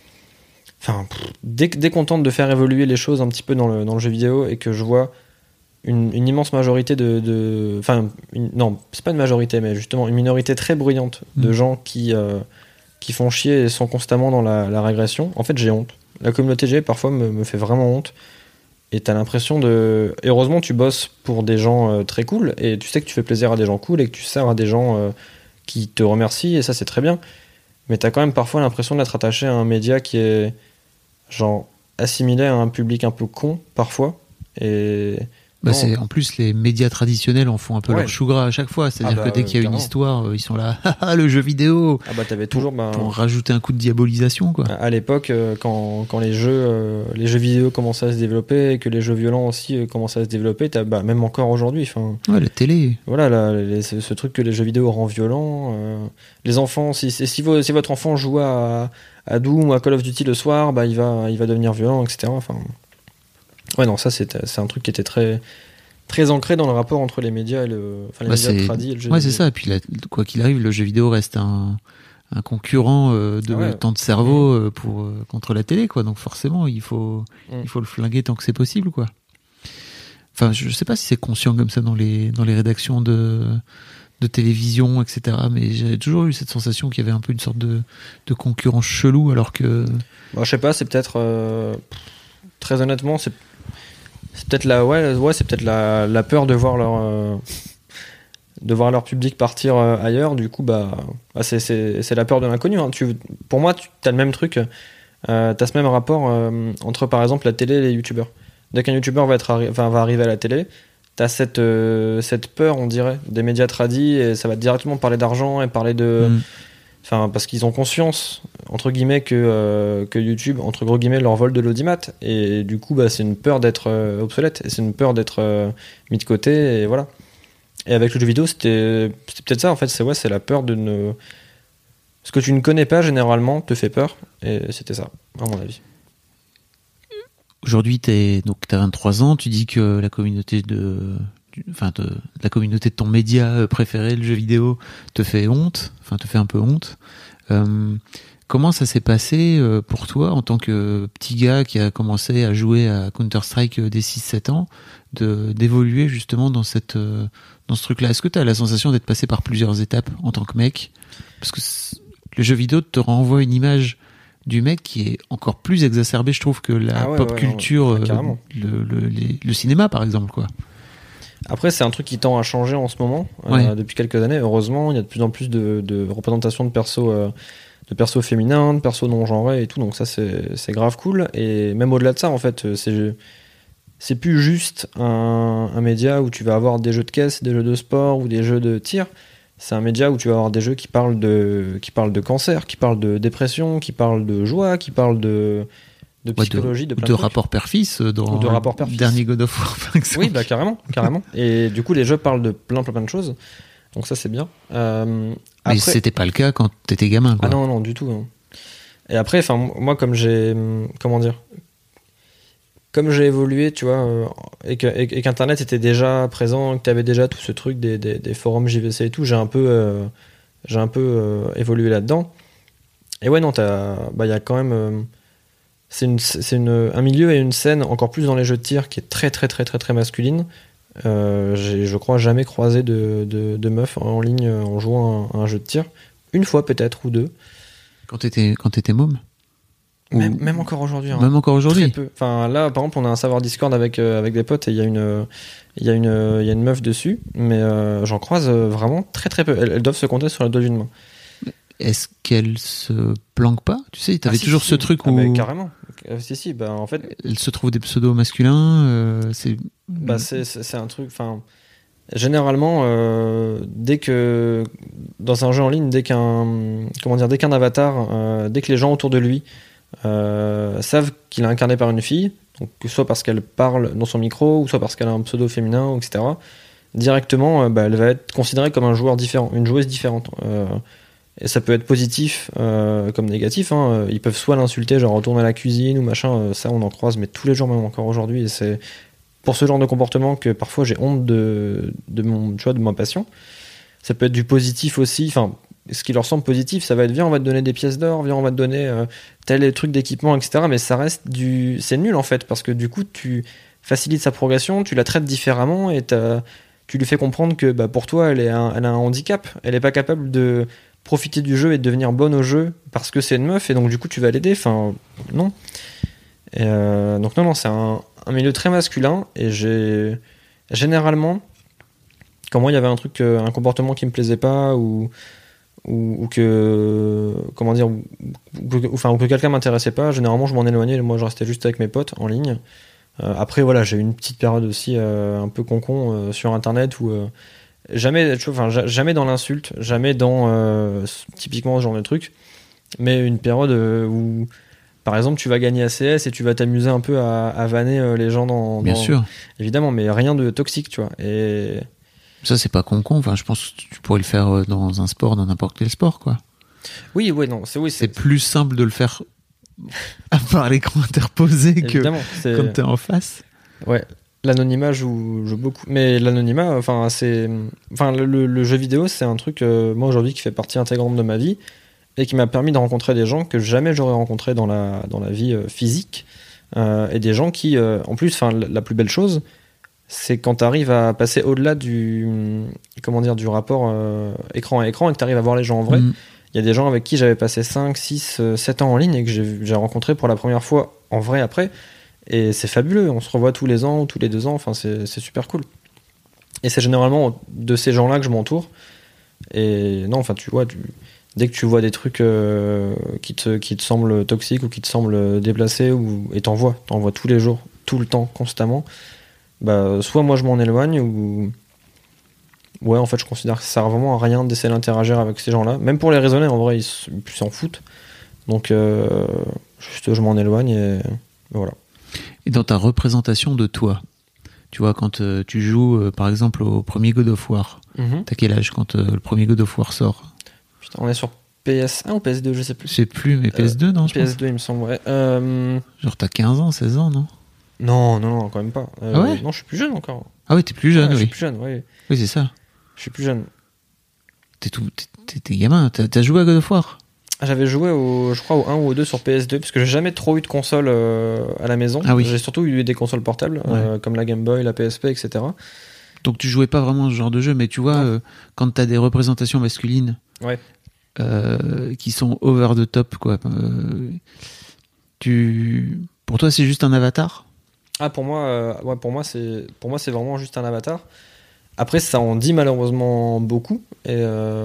dès qu'on tente de faire évoluer les choses un petit peu dans le jeu vidéo et que je vois une immense majorité non, c'est pas une majorité, mais justement une minorité très bruyante de gens qui font chier et sont constamment dans la régression, en fait j'ai honte. La communauté G parfois me fait vraiment honte. Et t'as l'impression et heureusement tu bosses pour des gens très cool et tu sais que tu fais plaisir à des gens cool et que tu sers à des gens qui te remercient, et ça c'est très bien, mais t'as quand même parfois l'impression d'être attaché à un média qui est genre assimilé à un public un peu con parfois. Et en plus les médias traditionnels en font un peu leur chou gras à chaque fois, c'est-à-dire que dès qu'il y a une histoire, ils sont là le jeu vidéo, t'avais toujours pour rajouter un coup de diabolisation, quoi. À l'époque quand les jeux vidéo commençaient à se développer et que les jeux violents aussi commençaient à se développer, même encore aujourd'hui, la télé, voilà, ce truc que les jeux vidéo rendent violent, les enfants, si votre enfant joue à Doom ou à Call of Duty le soir, il va devenir violent, etc. Ouais, non, ça c'est un truc qui était très, très ancré dans le rapport entre les médias et les médias tradis et le jeu vidéo. Ouais, c'est ça. Et puis quoi qu'il arrive, le jeu vidéo reste un concurrent de temps de cerveau contre la télé, quoi. Donc forcément, il faut le flinguer tant que c'est possible, quoi. Enfin, je sais pas si c'est conscient comme ça dans les rédactions de télévision, etc. Mais j'ai toujours eu cette sensation qu'il y avait un peu une sorte de concurrence chelou, alors que. Je sais pas. C'est peut-être très honnêtement, c'est peut-être c'est peut-être la peur de voir leur public partir ailleurs. Du coup, c'est la peur de l'inconnu, hein. Pour moi, t'as le même truc. T'as ce même rapport entre, par exemple, la télé et les youtubeurs. Dès qu'un youtubeur va arriver à la télé, t'as cette peur, on dirait, des médias tradis, et ça va directement parler d'argent et parler de... parce qu'ils ont conscience, entre guillemets, que YouTube, entre gros guillemets, leur vole de l'audimat. Et du coup, c'est une peur d'être obsolète, et c'est une peur d'être mis de côté, et voilà. Et avec le jeu vidéo, c'était peut-être ça, en fait. C'est la peur de ce que tu ne connais pas, généralement, te fait peur. Et c'était ça, à mon avis. Aujourd'hui, t'as 23 ans, tu dis que la communauté la communauté de ton média préféré, le jeu vidéo, te fait un peu honte. Comment ça s'est passé pour toi en tant que petit gars qui a commencé à jouer à Counter-Strike dès 6-7 ans, d'évoluer justement dans ce truc-là? Est-ce que tu as la sensation d'être passé par plusieurs étapes en tant que mec? Parce que le jeu vidéo te renvoie une image du mec qui est encore plus exacerbé, je trouve, que la pop culture, le cinéma, par exemple, quoi. Après, c'est un truc qui tend à changer en ce moment, depuis quelques années. Heureusement, il y a de plus en plus de représentations de persos féminins, de persos non genrés et tout. Donc ça, c'est grave cool. Et même au-delà de ça, en fait, c'est plus juste un média où tu vas avoir des jeux de caisse, des jeux de sport ou des jeux de tir. C'est un média où tu vas avoir des jeux qui parlent de cancer, qui parlent de dépression, qui parlent de joie, qui parlent de psychologie, de plein de rapport père-fils dans le dernier God of War, par exemple. Oui, bah carrément. Et du coup, les jeux parlent de plein de choses. Donc ça, c'est bien. Mais c'était pas le cas quand t'étais gamin, quoi. Ah non, du tout. Hein. Et après, moi, comme j'ai évolué, tu vois, et qu'Internet était déjà présent, que t'avais déjà tout ce truc des forums JVC et tout, j'ai un peu évolué là-dedans. Et ouais, non, y a quand même... c'est un milieu et une scène, encore plus dans les jeux de tir, qui est très, très, très, très, très masculine. J'ai, je crois, jamais croisé de meuf en ligne en jouant à un jeu de tir. Une fois, peut-être, ou deux. Quand t'étais môme ? Même encore aujourd'hui. Même encore aujourd'hui. Très peu. Enfin, là, par exemple, on a un serveur Discord avec des potes et il y a une meuf dessus, mais j'en croise vraiment très très peu. Elles doivent se compter sur les doigts d'une main. Est-ce qu'elle se planque pas ? Tu sais, t'avais toujours ce truc où... mais carrément. Si, bah en fait... Elle se trouve des pseudos masculins, c'est... Bah c'est un truc... Enfin, généralement, dès que... Dans un jeu en ligne, dès qu'un avatar, dès que les gens autour de lui savent qu'il est incarné par une fille, donc soit parce qu'elle parle dans son micro, ou soit parce qu'elle a un pseudo féminin, etc., directement, elle va être considérée comme un joueur différent, une joueuse différente. Et ça peut être positif comme négatif. Hein. Ils peuvent soit l'insulter, genre retourner à la cuisine ou machin. Ça, on en croise, mais tous les jours, même encore aujourd'hui. Et c'est pour ce genre de comportement que parfois j'ai honte de ma passion. Ça peut être du positif aussi. Enfin, ce qui leur semble positif, ça va être viens, on va te donner des pièces d'or, viens, on va te donner tel truc d'équipement, etc. Mais ça reste c'est nul en fait, parce que du coup, tu facilites sa progression, tu la traites différemment et tu lui fais comprendre que pour toi, elle a un handicap. Elle n'est pas capable de profiter du jeu et de devenir bonne au jeu parce que c'est une meuf et donc du coup tu vas l'aider. Enfin, non. Et donc non, c'est un milieu très masculin et généralement, quand moi il y avait un comportement qui me plaisait pas ou que comment dire, ou que quelqu'un m'intéressait pas, généralement je m'en éloignais et moi je restais juste avec mes potes en ligne. Après voilà, j'ai eu une petite période aussi un peu concon sur internet où jamais dans l'insulte, jamais dans typiquement ce genre de truc, mais une période où par exemple tu vas gagner ACS et tu vas t'amuser un peu à vanner les gens Bien sûr. Évidemment, mais rien de toxique, tu vois. Et ça, c'est pas con. Enfin, je pense que tu pourrais le faire dans un sport, dans n'importe quel sport, quoi. Oui, non, c'est plus simple de le faire par l'écran interposé que quand t'es en face. Ouais. L'anonymat joue beaucoup, mais l'anonymat, le jeu vidéo, c'est un truc moi aujourd'hui qui fait partie intégrante de ma vie et qui m'a permis de rencontrer des gens que jamais j'aurais rencontrés dans la vie physique et des gens qui, en plus, la plus belle chose, c'est quand tu arrives à passer au-delà du rapport écran à écran et que tu arrives à voir les gens en vrai. Il y a des gens avec qui j'avais passé 5, 6, 7 ans en ligne et que j'ai rencontré pour la première fois en vrai après. Et c'est fabuleux, on se revoit tous les ans ou tous les 2 ans, enfin c'est super cool. Et c'est généralement de ces gens-là que je m'entoure. Et non, enfin tu vois, dès que tu vois des trucs qui te semblent toxiques ou qui te semblent déplacés, et t'en vois tous les jours, tout le temps, constamment, soit moi je m'en éloigne ou... Ouais, en fait je considère que ça sert vraiment à rien d'essayer d'interagir avec ces gens-là. Même pour les raisonner, en vrai, ils s'en foutent. Donc juste je m'en éloigne et voilà. Et dans ta représentation de toi, tu vois, quand tu joues par exemple au premier God of War, t'as quel âge quand le premier God of War sort ? Putain, on est sur PS1 ou PS2, je sais plus. Je sais plus, mais PS2, non, je pense. PS2, il me semble, ouais. Genre t'as 15 ans, 16 ans, non ? Non, quand même pas. Ah ouais ? Non, je suis plus jeune encore. Ah oui, t'es plus jeune, oui. Je suis plus jeune, oui. Oui, c'est ça. Je suis plus jeune. T'es gamin, t'as joué à God of War ? J'avais joué je crois au 1 ou au 2 sur PS2 parce que j'ai jamais trop eu de console à la maison. Ah oui. J'ai surtout eu des consoles portables comme la Game Boy, la PSP, etc. Donc tu jouais pas vraiment ce genre de jeu, mais tu vois, quand t'as des représentations masculines, ouais. qui sont over the top, quoi. Pour toi, c'est juste un avatar ? Pour moi, c'est vraiment juste un avatar. Après, ça en dit malheureusement beaucoup, et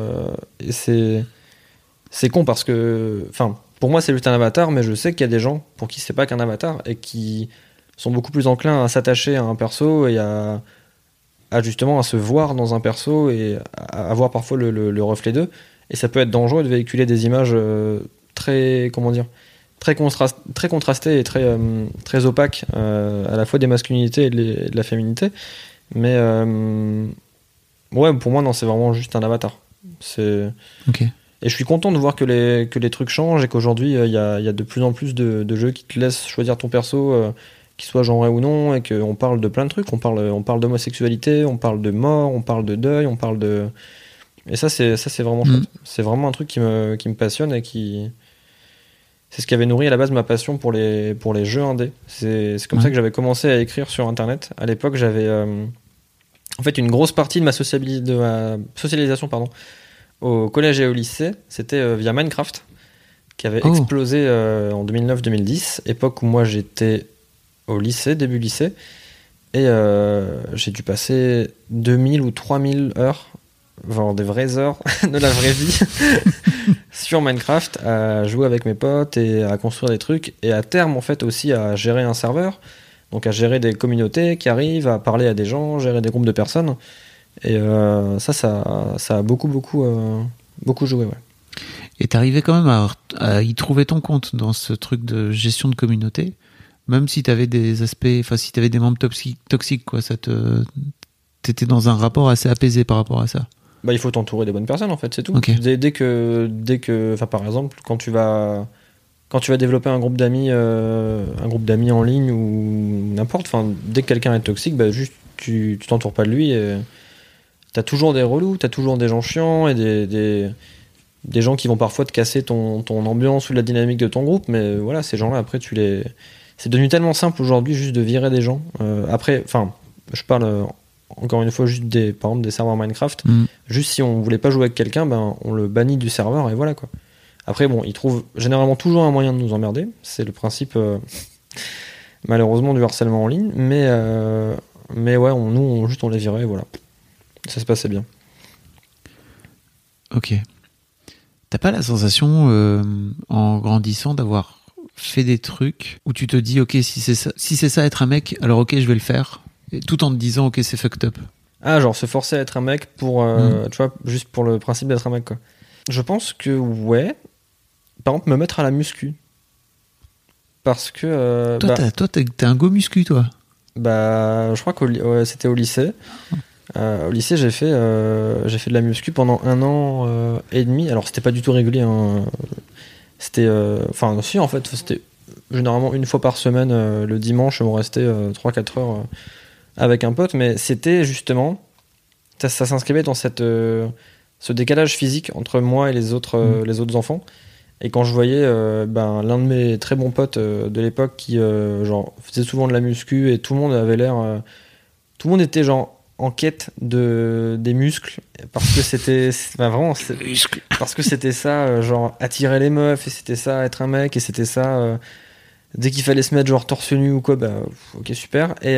c'est con parce que, enfin, pour moi, c'est juste un avatar, mais je sais qu'il y a des gens pour qui c'est pas qu'un avatar et qui sont beaucoup plus enclins à s'attacher à un perso et à justement à se voir dans un perso et à avoir parfois le reflet d'eux. Et ça peut être dangereux de véhiculer des images très contrastées et très opaques, à la fois des masculinités et de la féminité. Mais pour moi, non, c'est vraiment juste un avatar. Ok. Et je suis content de voir que les trucs changent et qu'aujourd'hui, il y a de plus en plus de jeux qui te laissent choisir ton perso, qu'il soit genré ou non, et qu'on parle de plein de trucs. On parle d'homosexualité, on parle de mort, on parle de deuil, on parle de... Et ça, c'est vraiment chouette. C'est vraiment un truc qui me passionne et qui... C'est ce qui avait nourri à la base ma passion pour les jeux indés. C'est comme ça que j'avais commencé à écrire sur Internet. À l'époque, j'avais... en fait, une grosse partie de ma socialisation, au collège et au lycée, c'était via Minecraft, qui avait explosé en 2009-2010, époque où moi j'étais au lycée, début lycée, et j'ai dû passer 2000 ou 3000 heures, genre des vraies heures de la vraie vie, sur Minecraft, à jouer avec mes potes et à construire des trucs, et à terme en fait aussi à gérer un serveur, donc à gérer des communautés qui arrivent, à parler à des gens, gérer des groupes de personnes. Et ça a beaucoup joué, ouais. Et t'arrivais quand même à y trouver ton compte dans ce truc de gestion de communauté, même si t'avais des aspects, enfin si t'avais des membres toxiques, quoi, t'étais dans un rapport assez apaisé par rapport à ça. Il faut t'entourer des bonnes personnes, en fait, c'est tout. Okay. Dès que, enfin, par exemple, quand tu vas développer un groupe d'amis en ligne ou n'importe, enfin, dès que quelqu'un est toxique, juste tu t'entoures pas de lui et t'as toujours des relous, t'as toujours des gens chiants et des gens qui vont parfois te casser ton ambiance ou la dynamique de ton groupe, mais voilà, ces gens-là, après, c'est devenu tellement simple aujourd'hui juste de virer des gens. Après, enfin, je parle encore une fois juste par exemple des serveurs Minecraft. Juste si on voulait pas jouer avec quelqu'un, on le bannit du serveur et voilà, quoi. Après, bon, ils trouvent généralement toujours un moyen de nous emmerder. C'est le principe, malheureusement, du harcèlement en ligne, mais ouais, on les virait et voilà. Ça se passait bien. Ok. T'as pas la sensation, en grandissant, d'avoir fait des trucs où tu te dis, ok, si c'est ça être un mec, alors ok, je vais le faire, et tout en te disant, ok, c'est fucked up. Genre se forcer à être un mec pour, tu vois, juste pour le principe d'être un mec, quoi. Je pense que ouais. Par exemple, me mettre à la muscu. Parce que... Toi, t'es un go muscu, toi. Je crois que c'était au lycée. Au lycée, j'ai fait de la muscu pendant 1 an et demi. Alors, c'était pas du tout régulier. Hein. C'était... Enfin, si, en fait, c'était généralement une fois par semaine, le dimanche, on restait 3-4 heures avec un pote. Mais c'était justement... Ça s'inscrivait dans ce décalage physique entre moi et les autres enfants. Et quand je voyais l'un de mes très bons potes de l'époque qui faisait souvent de la muscu et tout le monde avait l'air... tout le monde était genre en quête des muscles parce que c'était vraiment parce que c'était ça genre attirer les meufs et c'était ça être un mec et c'était ça dès qu'il fallait se mettre genre torse nu ou quoi ok super et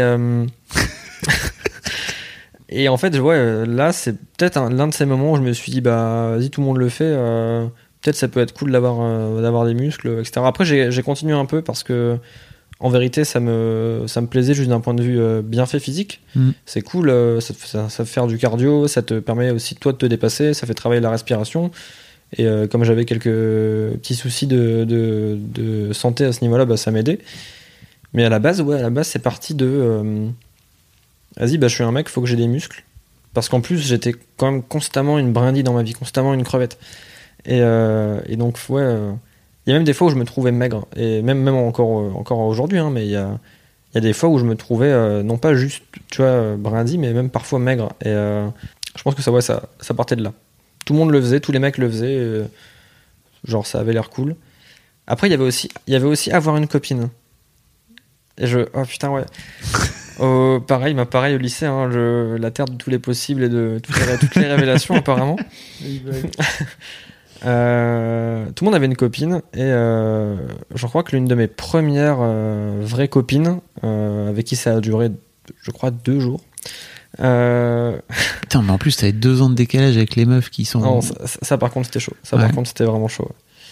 et en fait là c'est peut-être l'un de ces moments où je me suis dit vas-y tout le monde le fait peut-être ça peut être cool d'avoir des muscles etc. Après j'ai continué un peu parce que en vérité, ça me plaisait juste d'un point de vue bienfait physique. C'est cool, ça fait faire du cardio, ça te permet aussi toi de te dépasser, ça fait travailler la respiration. Et comme j'avais quelques petits soucis de santé à ce niveau-là, ça m'aidait. Mais à la base, c'est parti de vas-y, je suis un mec, faut que j'ai des muscles. Parce qu'en plus, j'étais quand même constamment une brindille dans ma vie, constamment une crevette. Et donc, il y a même des fois où je me trouvais maigre, et même encore aujourd'hui, hein, mais il y a des fois où je me trouvais non pas juste, tu vois, brindille, mais même parfois maigre. Et je pense que ça partait de là. Tout le monde le faisait, tous les mecs le faisaient, genre ça avait l'air cool. Après, il y avait aussi avoir une copine. Et oh putain, ouais. Pareil au lycée, hein, la terre de tous les possibles et de toutes les révélations apparemment. Tout le monde avait une copine et je crois que l'une de mes premières vraies copines, avec qui ça a duré, je crois, 2 jours. Putain, mais en plus, t'avais 2 ans de décalage avec les meufs qui sont. Non, ça par contre, c'était chaud. Ça, par contre, c'était vraiment chaud.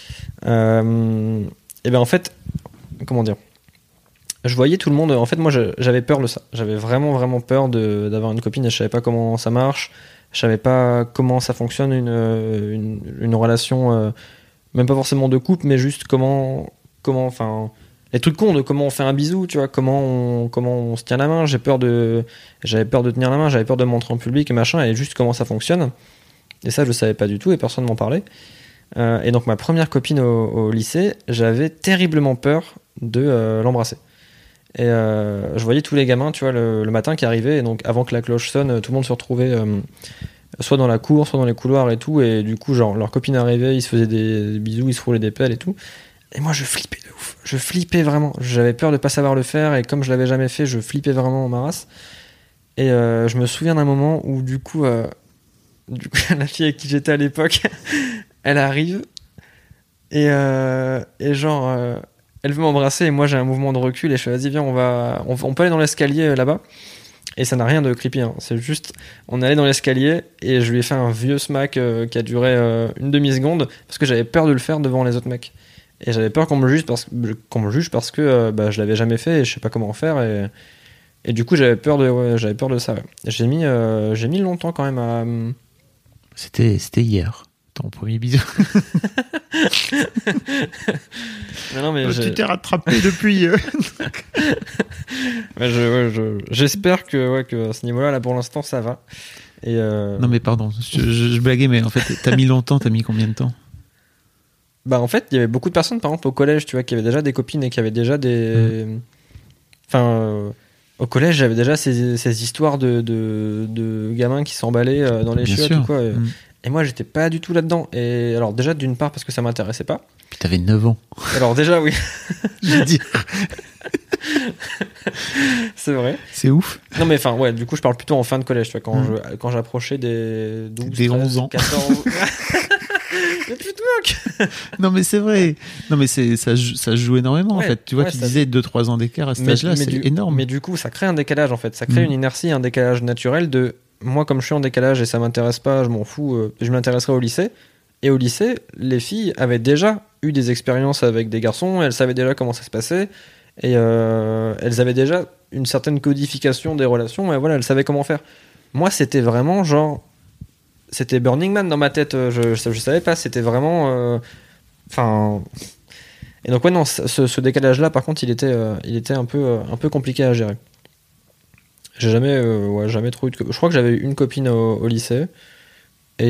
Et ben en fait, comment dire, je voyais tout le monde. En fait, moi, j'avais peur de ça. J'avais vraiment peur d'avoir une copine et je savais pas comment ça marche. Je savais pas comment ça fonctionne une relation, même pas forcément de couple, mais juste comment, enfin, les trucs cons de comment on fait un bisou, tu vois, comment on se tient la main. J'avais peur de tenir la main, j'avais peur de montrer en public et machin, et juste comment ça fonctionne. Et ça, je savais pas du tout et personne m'en parlait. Et donc ma première copine au lycée, j'avais terriblement peur de l'embrasser. Et je voyais tous les gamins, tu vois, le matin qui arrivaient, et donc avant que la cloche sonne, tout le monde se retrouvait soit dans la cour, soit dans les couloirs et tout, et du coup, genre, leur copine arrivait, ils se faisaient des bisous, ils se roulaient des pelles et tout. Et moi, je flippais de ouf. Je flippais vraiment. J'avais peur de pas savoir le faire, et comme je l'avais jamais fait, je flippais vraiment ma race. Et je me souviens d'un moment où, du coup, la fille avec qui j'étais à l'époque, elle arrive, et genre... elle veut m'embrasser et moi j'ai un mouvement de recul et je fais vas-y viens on peut aller dans l'escalier là-bas, et ça n'a rien de creepy, hein. C'est juste on est allé dans l'escalier et je lui ai fait un vieux smack qui a duré une demi-seconde parce que j'avais peur de le faire devant les autres mecs et j'avais peur qu'on me juge parce que je l'avais jamais fait et je sais pas comment faire, et du coup j'avais peur de ça, ouais. J'ai mis longtemps quand même à C'était hier ton premier bisou. mais tu t'es rattrapé depuis. J'espère que à ce niveau-là, là pour l'instant, ça va. Et Non mais pardon, je blaguais, mais en fait, t'as mis longtemps, t'as mis combien de temps? Bah en fait, il y avait beaucoup de personnes, par exemple au collège, tu vois, qui avaient déjà des copines et qui avaient déjà des. Enfin, au collège, j'avais déjà ces histoires de gamins qui s'emballaient dans les chiottes ou quoi. Et moi, j'étais pas du tout là-dedans. Et alors, déjà, d'une part, parce que ça m'intéressait pas. Puis t'avais 9 ans. Alors, déjà, oui. Je veux dire. C'est vrai. C'est ouf. Non, mais enfin, ouais, du coup, je parle plutôt en fin de collège, tu vois, quand j'approchais des 12, des 13, 11 ans. 14. Mais tu te moques. Non, mais c'est vrai. Non, mais ça se joue énormément, en fait. Tu vois, tu disais 2-3 ans d'écart à cet âge-là, c'est énorme. Mais du coup, ça crée un décalage, en fait. Ça crée une inertie, un décalage naturel de. Moi, comme je suis en décalage et ça m'intéresse pas, je m'en fous, je m'intéresserai au lycée. Et au lycée, les filles avaient déjà eu des expériences avec des garçons, elles savaient déjà comment ça se passait, et elles avaient déjà une certaine codification des relations, et voilà, elles savaient comment faire. Moi, c'était vraiment genre... C'était Burning Man dans ma tête, je savais pas, c'était vraiment... Enfin... Et donc, ouais, non, ce décalage-là, par contre, il était un peu compliqué à gérer. J'ai jamais trop eu de... Je crois que j'avais eu une copine au lycée et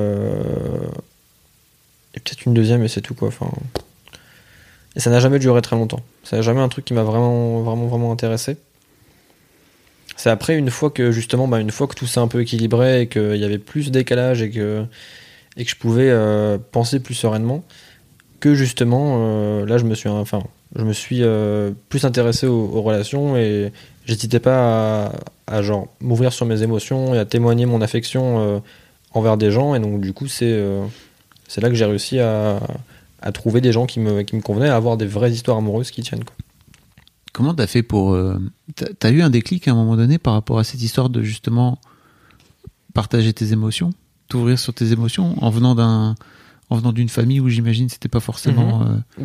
peut-être une deuxième et c'est tout, quoi. Enfin, et ça n'a jamais duré très longtemps. Ça n'a jamais un truc qui m'a vraiment intéressé. C'est après, une fois que tout s'est un peu équilibré et qu'il y avait plus de décalage et que je pouvais penser plus sereinement, que justement là je me suis plus intéressé aux relations et j'hésitais pas à genre m'ouvrir sur mes émotions et à témoigner mon affection envers des gens, et donc du coup c'est là que j'ai réussi à trouver des gens qui me convenaient, à avoir des vraies histoires amoureuses qui tiennent, quoi. Comment t'as fait pour... t'as eu un déclic à un moment donné par rapport à cette histoire de justement partager tes émotions, t'ouvrir sur tes émotions en venant d'une famille où j'imagine c'était pas forcément...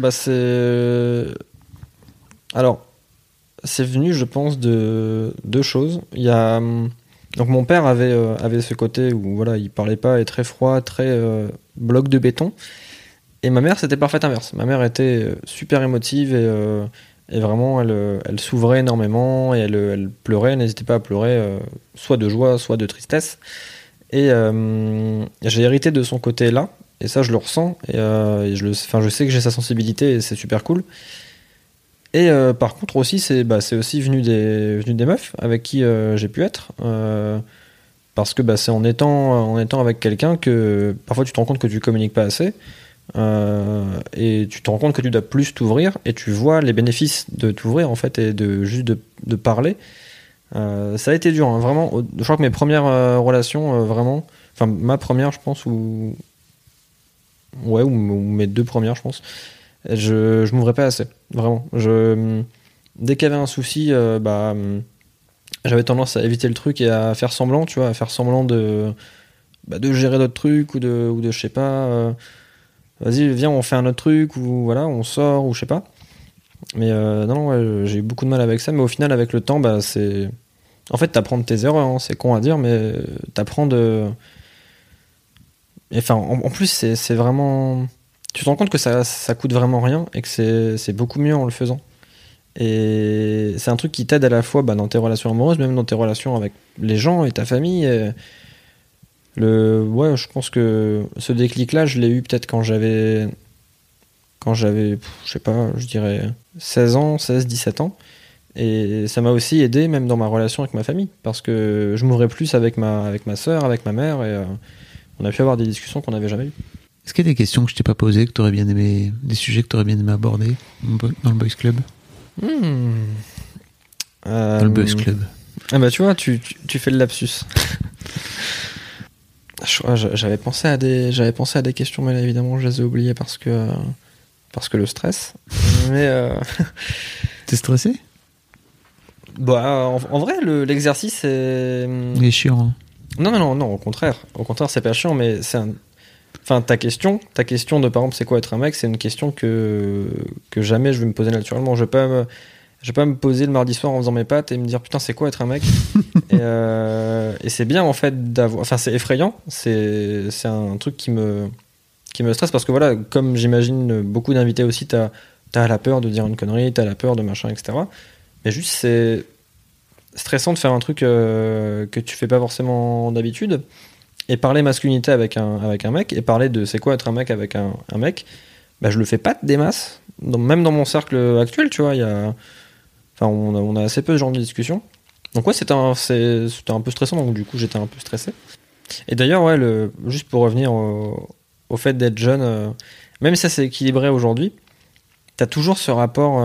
Alors, c'est venu, je pense, de 2 choses. Il y a... Donc mon père avait ce côté où voilà, il parlait pas, et très froid, très bloc de béton. Et ma mère, c'était parfait inverse. Ma mère était super émotive et vraiment, elle s'ouvrait énormément et elle pleurait, elle n'hésitait pas à pleurer, soit de joie, soit de tristesse. Et j'ai hérité de son côté-là, et ça, je le ressens. Et je sais que j'ai sa sensibilité et c'est super cool. Et par contre aussi, c'est aussi venu des meufs avec qui j'ai pu être. Parce que c'est en étant avec quelqu'un que parfois tu te rends compte que tu communiques pas assez. Et tu te rends compte que tu dois plus t'ouvrir, et tu vois les bénéfices de t'ouvrir en fait, et de parler. Ça a été dur, hein, vraiment. Je crois que mes premières relations, vraiment, enfin ma première, je pense, où Ouais, ou mes 2 premières, je pense. Je m'ouvrais pas assez, vraiment. Dès qu'il y avait un souci, j'avais tendance à éviter le truc et à faire semblant, tu vois, à faire semblant de gérer d'autres trucs ou de je sais pas, vas-y, viens, on fait un autre truc, ou voilà, on sort, ou je sais pas. Mais non, ouais, j'ai eu beaucoup de mal avec ça, mais au final, avec le temps, c'est... En fait, t'apprends de tes erreurs, hein, c'est con à dire, mais t'apprends de... Enfin, en plus, c'est vraiment... Tu te rends compte que ça coûte vraiment rien et que c'est beaucoup mieux en le faisant. Et c'est un truc qui t'aide à la fois dans tes relations amoureuses, même dans tes relations avec les gens et ta famille. Et je pense que ce déclic-là, je l'ai eu peut-être quand j'avais, je sais pas, je dirais 17 ans. Et ça m'a aussi aidé, même dans ma relation avec ma famille, parce que je m'ouvrais plus avec ma sœur, avec ma mère, et on a pu avoir des discussions qu'on n'avait jamais eues. Est-ce qu'il y a des questions que je t'ai pas posées, que t'aurais bien aimé, des sujets que t'aurais bien aimé aborder dans le Boys Club? Dans le Boys Club. Ah bah tu vois, tu fais le lapsus. J'avais pensé à des questions, mais là, évidemment je les ai oubliées parce que le stress. Mais t'es stressé? En vrai, l'exercice est... Il est chiant. Hein. Non, au contraire. Au contraire, c'est pas chiant, mais c'est Enfin, ta question de par exemple c'est quoi être un mec, c'est une question que jamais je vais me poser naturellement. Je vais pas me poser le mardi soir en faisant mes pâtes et me dire putain c'est quoi être un mec. et c'est bien en fait d'avoir, enfin c'est effrayant, c'est un truc qui me stresse parce que voilà, comme j'imagine beaucoup d'invités aussi, t'as la peur de dire une connerie, t'as la peur de machin, etc. Mais juste c'est stressant de faire un truc que tu fais pas forcément d'habitude. Et parler masculinité avec un mec, et parler de c'est quoi être un mec avec un mec, je le fais pas des masses. Même dans mon cercle actuel, tu vois, on a assez peu de genre de discussion. Donc ouais, c'était un peu stressant, donc du coup j'étais un peu stressé. Et d'ailleurs, ouais, juste pour revenir au fait d'être jeune, même si ça s'est équilibré aujourd'hui, t'as toujours ce rapport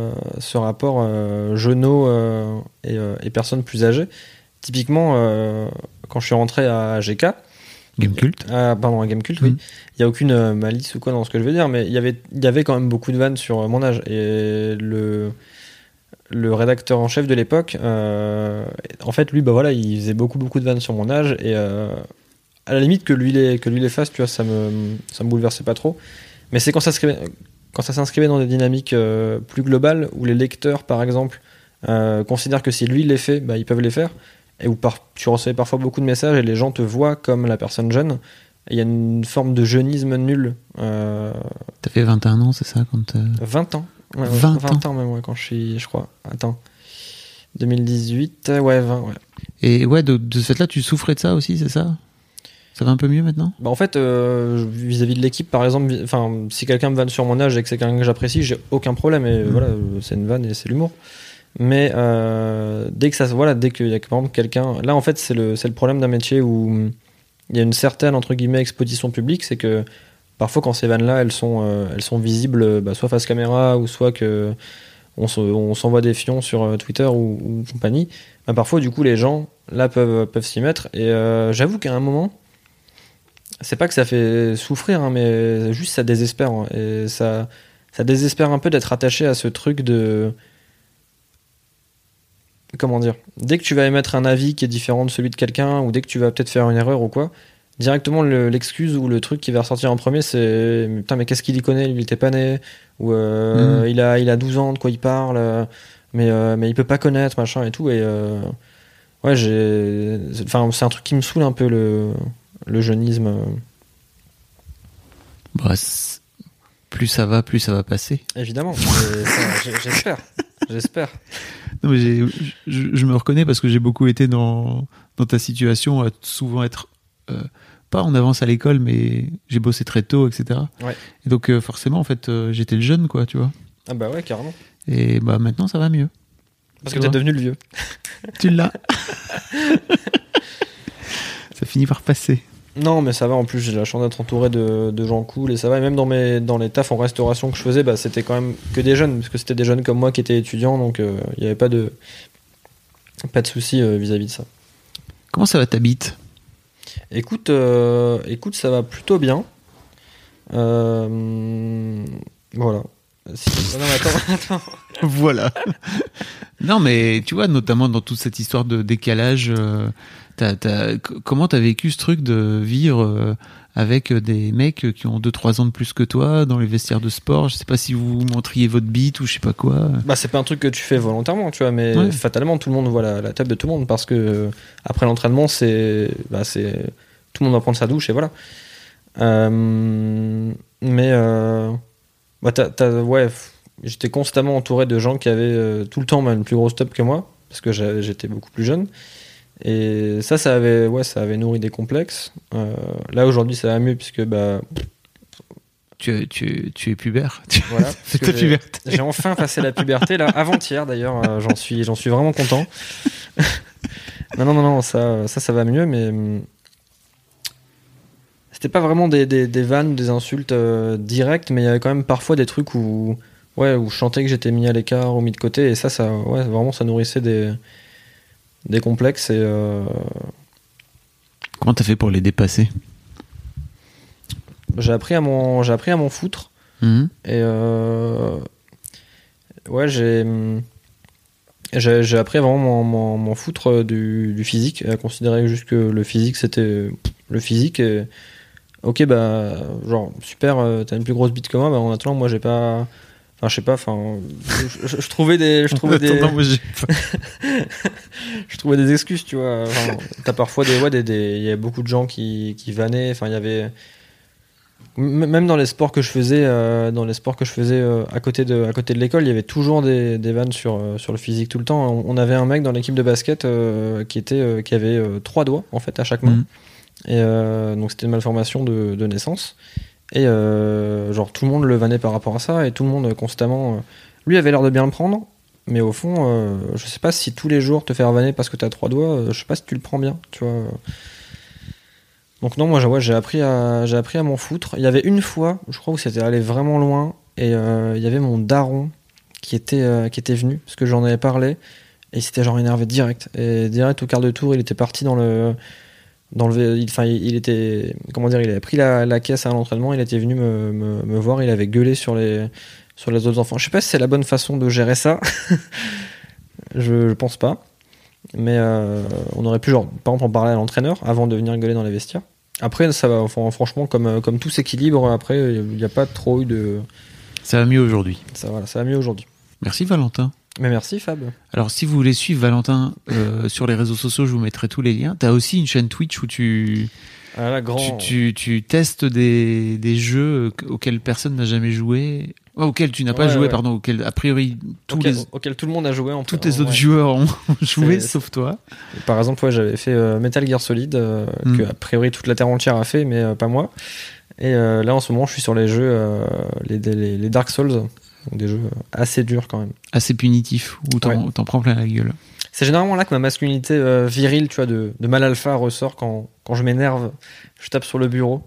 jeuneau et personnes plus âgées. Typiquement, quand je suis rentré à GK, Gamecult. À Gamecult, oui. Il n'y a aucune malice ou quoi dans ce que je veux dire, mais il y avait quand même beaucoup de vannes sur mon âge. Et le rédacteur en chef de l'époque, en fait, lui, il faisait beaucoup de vannes sur mon âge. Et à la limite que lui les fasse, tu vois, ça me bouleversait pas trop. Mais c'est quand ça s'inscrivait dans des dynamiques plus globales, où les lecteurs, par exemple, considèrent que si lui les fait, ils peuvent les faire. Et où tu recevais parfois beaucoup de messages et les gens te voient comme la personne jeune. Il y a une forme de jeunisme nul. T'as fait 21 ans, c'est ça 20 ans. Ouais, 20 ans même, ouais, quand je crois. Attends. 2018, ouais, 20, ouais. Et ouais, de ce fait-là, tu souffrais de ça aussi, c'est ça? Ça va un peu mieux maintenant? En fait, vis-à-vis de l'équipe, par exemple, si quelqu'un me vanne sur mon âge et que c'est quelqu'un que j'apprécie, j'ai aucun problème. Et voilà, c'est une vanne et c'est l'humour. Mais dès qu'il y a par exemple quelqu'un, là en fait c'est le problème d'un métier où il y a une certaine entre guillemets exposition publique, c'est que parfois quand ces vannes là elles sont visibles soit face caméra ou soit que on s'envoie des fions sur Twitter ou compagnie, parfois du coup les gens là peuvent s'y mettre et j'avoue qu'à un moment c'est pas que ça fait souffrir hein, mais juste ça désespère hein, et ça désespère un peu d'être attaché à ce truc de... Comment dire, dès que tu vas émettre un avis qui est différent de celui de quelqu'un ou dès que tu vas peut-être faire une erreur ou quoi, directement l'excuse ou le truc qui va ressortir en premier c'est putain mais qu'est-ce qu'il y connaît, il était pas né ou il a 12 ans, de quoi il parle mais il peut pas connaître machin et tout et ouais c'est un truc qui me saoule un peu le jeunisme. Plus ça va passer. Évidemment, j'espère. Non, mais je me reconnais parce que j'ai beaucoup été dans ta situation, à souvent être pas en avance à l'école, mais j'ai bossé très tôt, etc. Ouais. Et donc forcément, en fait, j'étais le jeune, quoi, tu vois. Ah bah ouais, carrément. Et maintenant, ça va mieux. Parce que t'es devenu le vieux. Tu l'as. Ça finit par passer. Non, mais ça va, en plus, j'ai la chance d'être entouré de gens cool, et ça va. Et même dans les tafs en restauration que je faisais, c'était quand même que des jeunes, parce que c'était des jeunes comme moi qui étaient étudiants, donc il n'y avait pas de soucis vis-à-vis de ça. Comment ça va ta bite ? Écoute, ça va plutôt bien. Voilà. Non, mais attends. Voilà. Non, mais tu vois, notamment dans toute cette histoire de décalage, comment t'as vécu ce truc de vivre avec des mecs qui ont 2-3 ans de plus que toi dans les vestiaires de sport? Je sais pas si vous montriez votre bite ou je sais pas quoi. Bah, c'est pas un truc que tu fais volontairement, tu vois, mais fatalement, tout le monde voit la table de tout le monde parce que après l'entraînement, tout le monde va prendre sa douche et voilà. J'étais constamment entouré de gens qui avaient tout le temps une plus grosse tub que moi parce que j'étais beaucoup plus jeune. Et ça avait nourri des complexes. Là aujourd'hui ça va mieux puisque tu es pubère. Voilà, c'est ta puberté. J'ai enfin passé la puberté là, avant-hier d'ailleurs. J'en suis vraiment content. non, ça va mieux, mais c'était pas vraiment des vannes, des insultes directes, mais il y avait quand même parfois des trucs où je sentais que j'étais mis à l'écart ou mis de côté, et ça vraiment ça nourrissait des complexes. Et comment t'as fait pour les dépasser? j'ai appris à m'en foutre. Et j'ai appris à vraiment m'en foutre du physique, et à considérer juste que le physique c'était le physique. Et ok, genre super, t'as une plus grosse bite que moi, en attendant moi j'ai pas. Enfin, je sais pas, je trouvais des. Je trouvais des excuses, tu vois. Enfin, t'as parfois il y avait beaucoup de gens qui vannaient. Enfin, il y avait. Même dans les sports que je faisais, à côté de l'école, il y avait toujours des vannes sur le physique tout le temps. On avait un mec dans l'équipe de basket qui avait 3 doigts, en fait, à chaque main. Et donc, c'était une malformation de naissance. Et genre tout le monde le vannait par rapport à ça, et tout le monde constamment lui avait l'air de bien le prendre, mais au fond je sais pas si tous les jours te faire vanner parce que t'as 3 doigts, je sais pas si tu le prends bien, tu vois. Donc non, moi j'ai appris à m'en foutre. Il y avait une fois, je crois, où c'était allé vraiment loin, et il y avait mon daron qui était venu parce que j'en avais parlé, et il s'était genre énervé direct au quart de tour. Il était parti il avait pris la caisse à l'entraînement, il était venu me voir, il avait gueulé sur les autres enfants. Je sais pas si c'est la bonne façon de gérer ça. je pense pas, mais on aurait pu par exemple en parler à l'entraîneur avant de venir gueuler dans les vestiaires. Après ça va, franchement, comme tout s'équilibre, après il n'y a pas trop eu de... Ça va mieux aujourd'hui. Ça va mieux aujourd'hui. Merci Valentin. Mais merci Fab. Alors si vous voulez suivre Valentin sur les réseaux sociaux, je vous mettrai tous les liens. T'as aussi une chaîne Twitch où tu testes des jeux auxquels personne n'a jamais joué, auxquels tu n'as pas joué, pardon, auxquels a priori auxquels tout le monde a joué. Tous les autres joueurs ont joué sauf toi. Par exemple, j'avais fait Metal Gear Solid que a priori toute la terre entière a fait, mais pas moi. Et là en ce moment, je suis sur les jeux les Dark Souls. Donc des jeux assez durs quand même. Assez punitifs, où t'en prends plein la gueule. C'est généralement là que ma masculinité virile, tu vois, de mâle alpha ressort quand je m'énerve, je tape sur le bureau.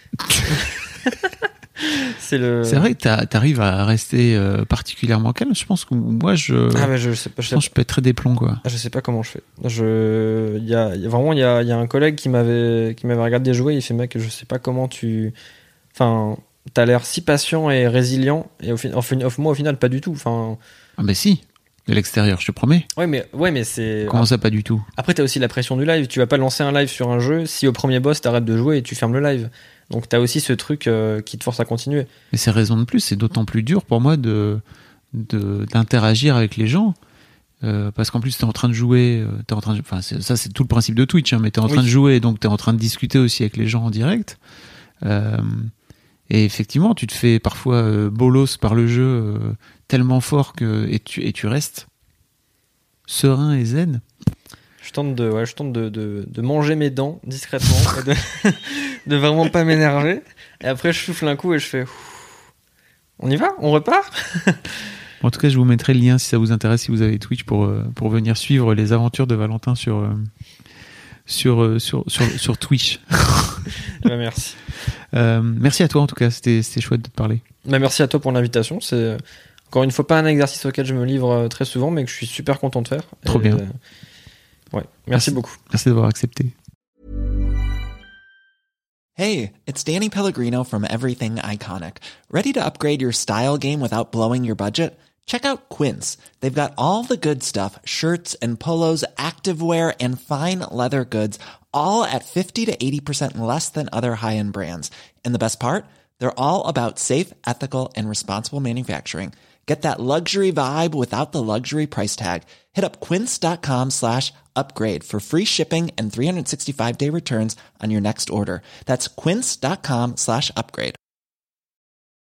C'est vrai que t'arrives à rester particulièrement calme. Je pense que moi, je sais pas, je pèterais des plombs, quoi. Je sais pas comment je fais. Il y a un collègue qui m'avait regardé jouer, il fait, mec, je sais pas comment t'as l'air si patient et résilient, et moi au final pas du tout. Ah bah si, de l'extérieur, je te promets. Ouais mais c'est... Comment ça, pas du tout? Après t'as aussi la pression du live, tu vas pas lancer un live sur un jeu si au premier boss t'arrêtes de jouer et tu fermes le live. Donc t'as aussi ce truc qui te force à continuer. Mais c'est raison de plus, c'est d'autant plus dur pour moi d'interagir avec les gens. Parce qu'en plus t'es en train de jouer, ça c'est tout le principe de Twitch, hein, mais t'es en train de jouer, donc t'es en train de discuter aussi avec les gens en direct. Et effectivement, tu te fais parfois bolos par le jeu tellement fort et tu restes serein et zen. Je tente de manger mes dents discrètement, de vraiment pas m'énerver. Et après, je souffle un coup et je fais... On y va? On repart? En tout cas, je vous mettrai le lien si ça vous intéresse, si vous avez Twitch, pour venir suivre les aventures de Valentin sur Twitch. Merci. Merci à toi en tout cas, c'était chouette de te parler. Merci à toi pour l'invitation. C'est encore une fois pas un exercice auquel je me livre très souvent, mais que je suis super content de faire. Trop bien. Merci beaucoup. Merci d'avoir accepté. Hey, it's Danny Pellegrino from Everything Iconic. Ready to upgrade your style game without blowing your budget? Check out Quince. They've got all the good stuff, shirts and polos, activewear, and fine leather goods, all at 50 to 80% less than other high-end brands. And the best part? They're all about safe, ethical, and responsible manufacturing. Get that luxury vibe without the luxury price tag. Hit up quince.com/upgrade for free shipping and 365-day returns on your next order. That's quince.com/upgrade.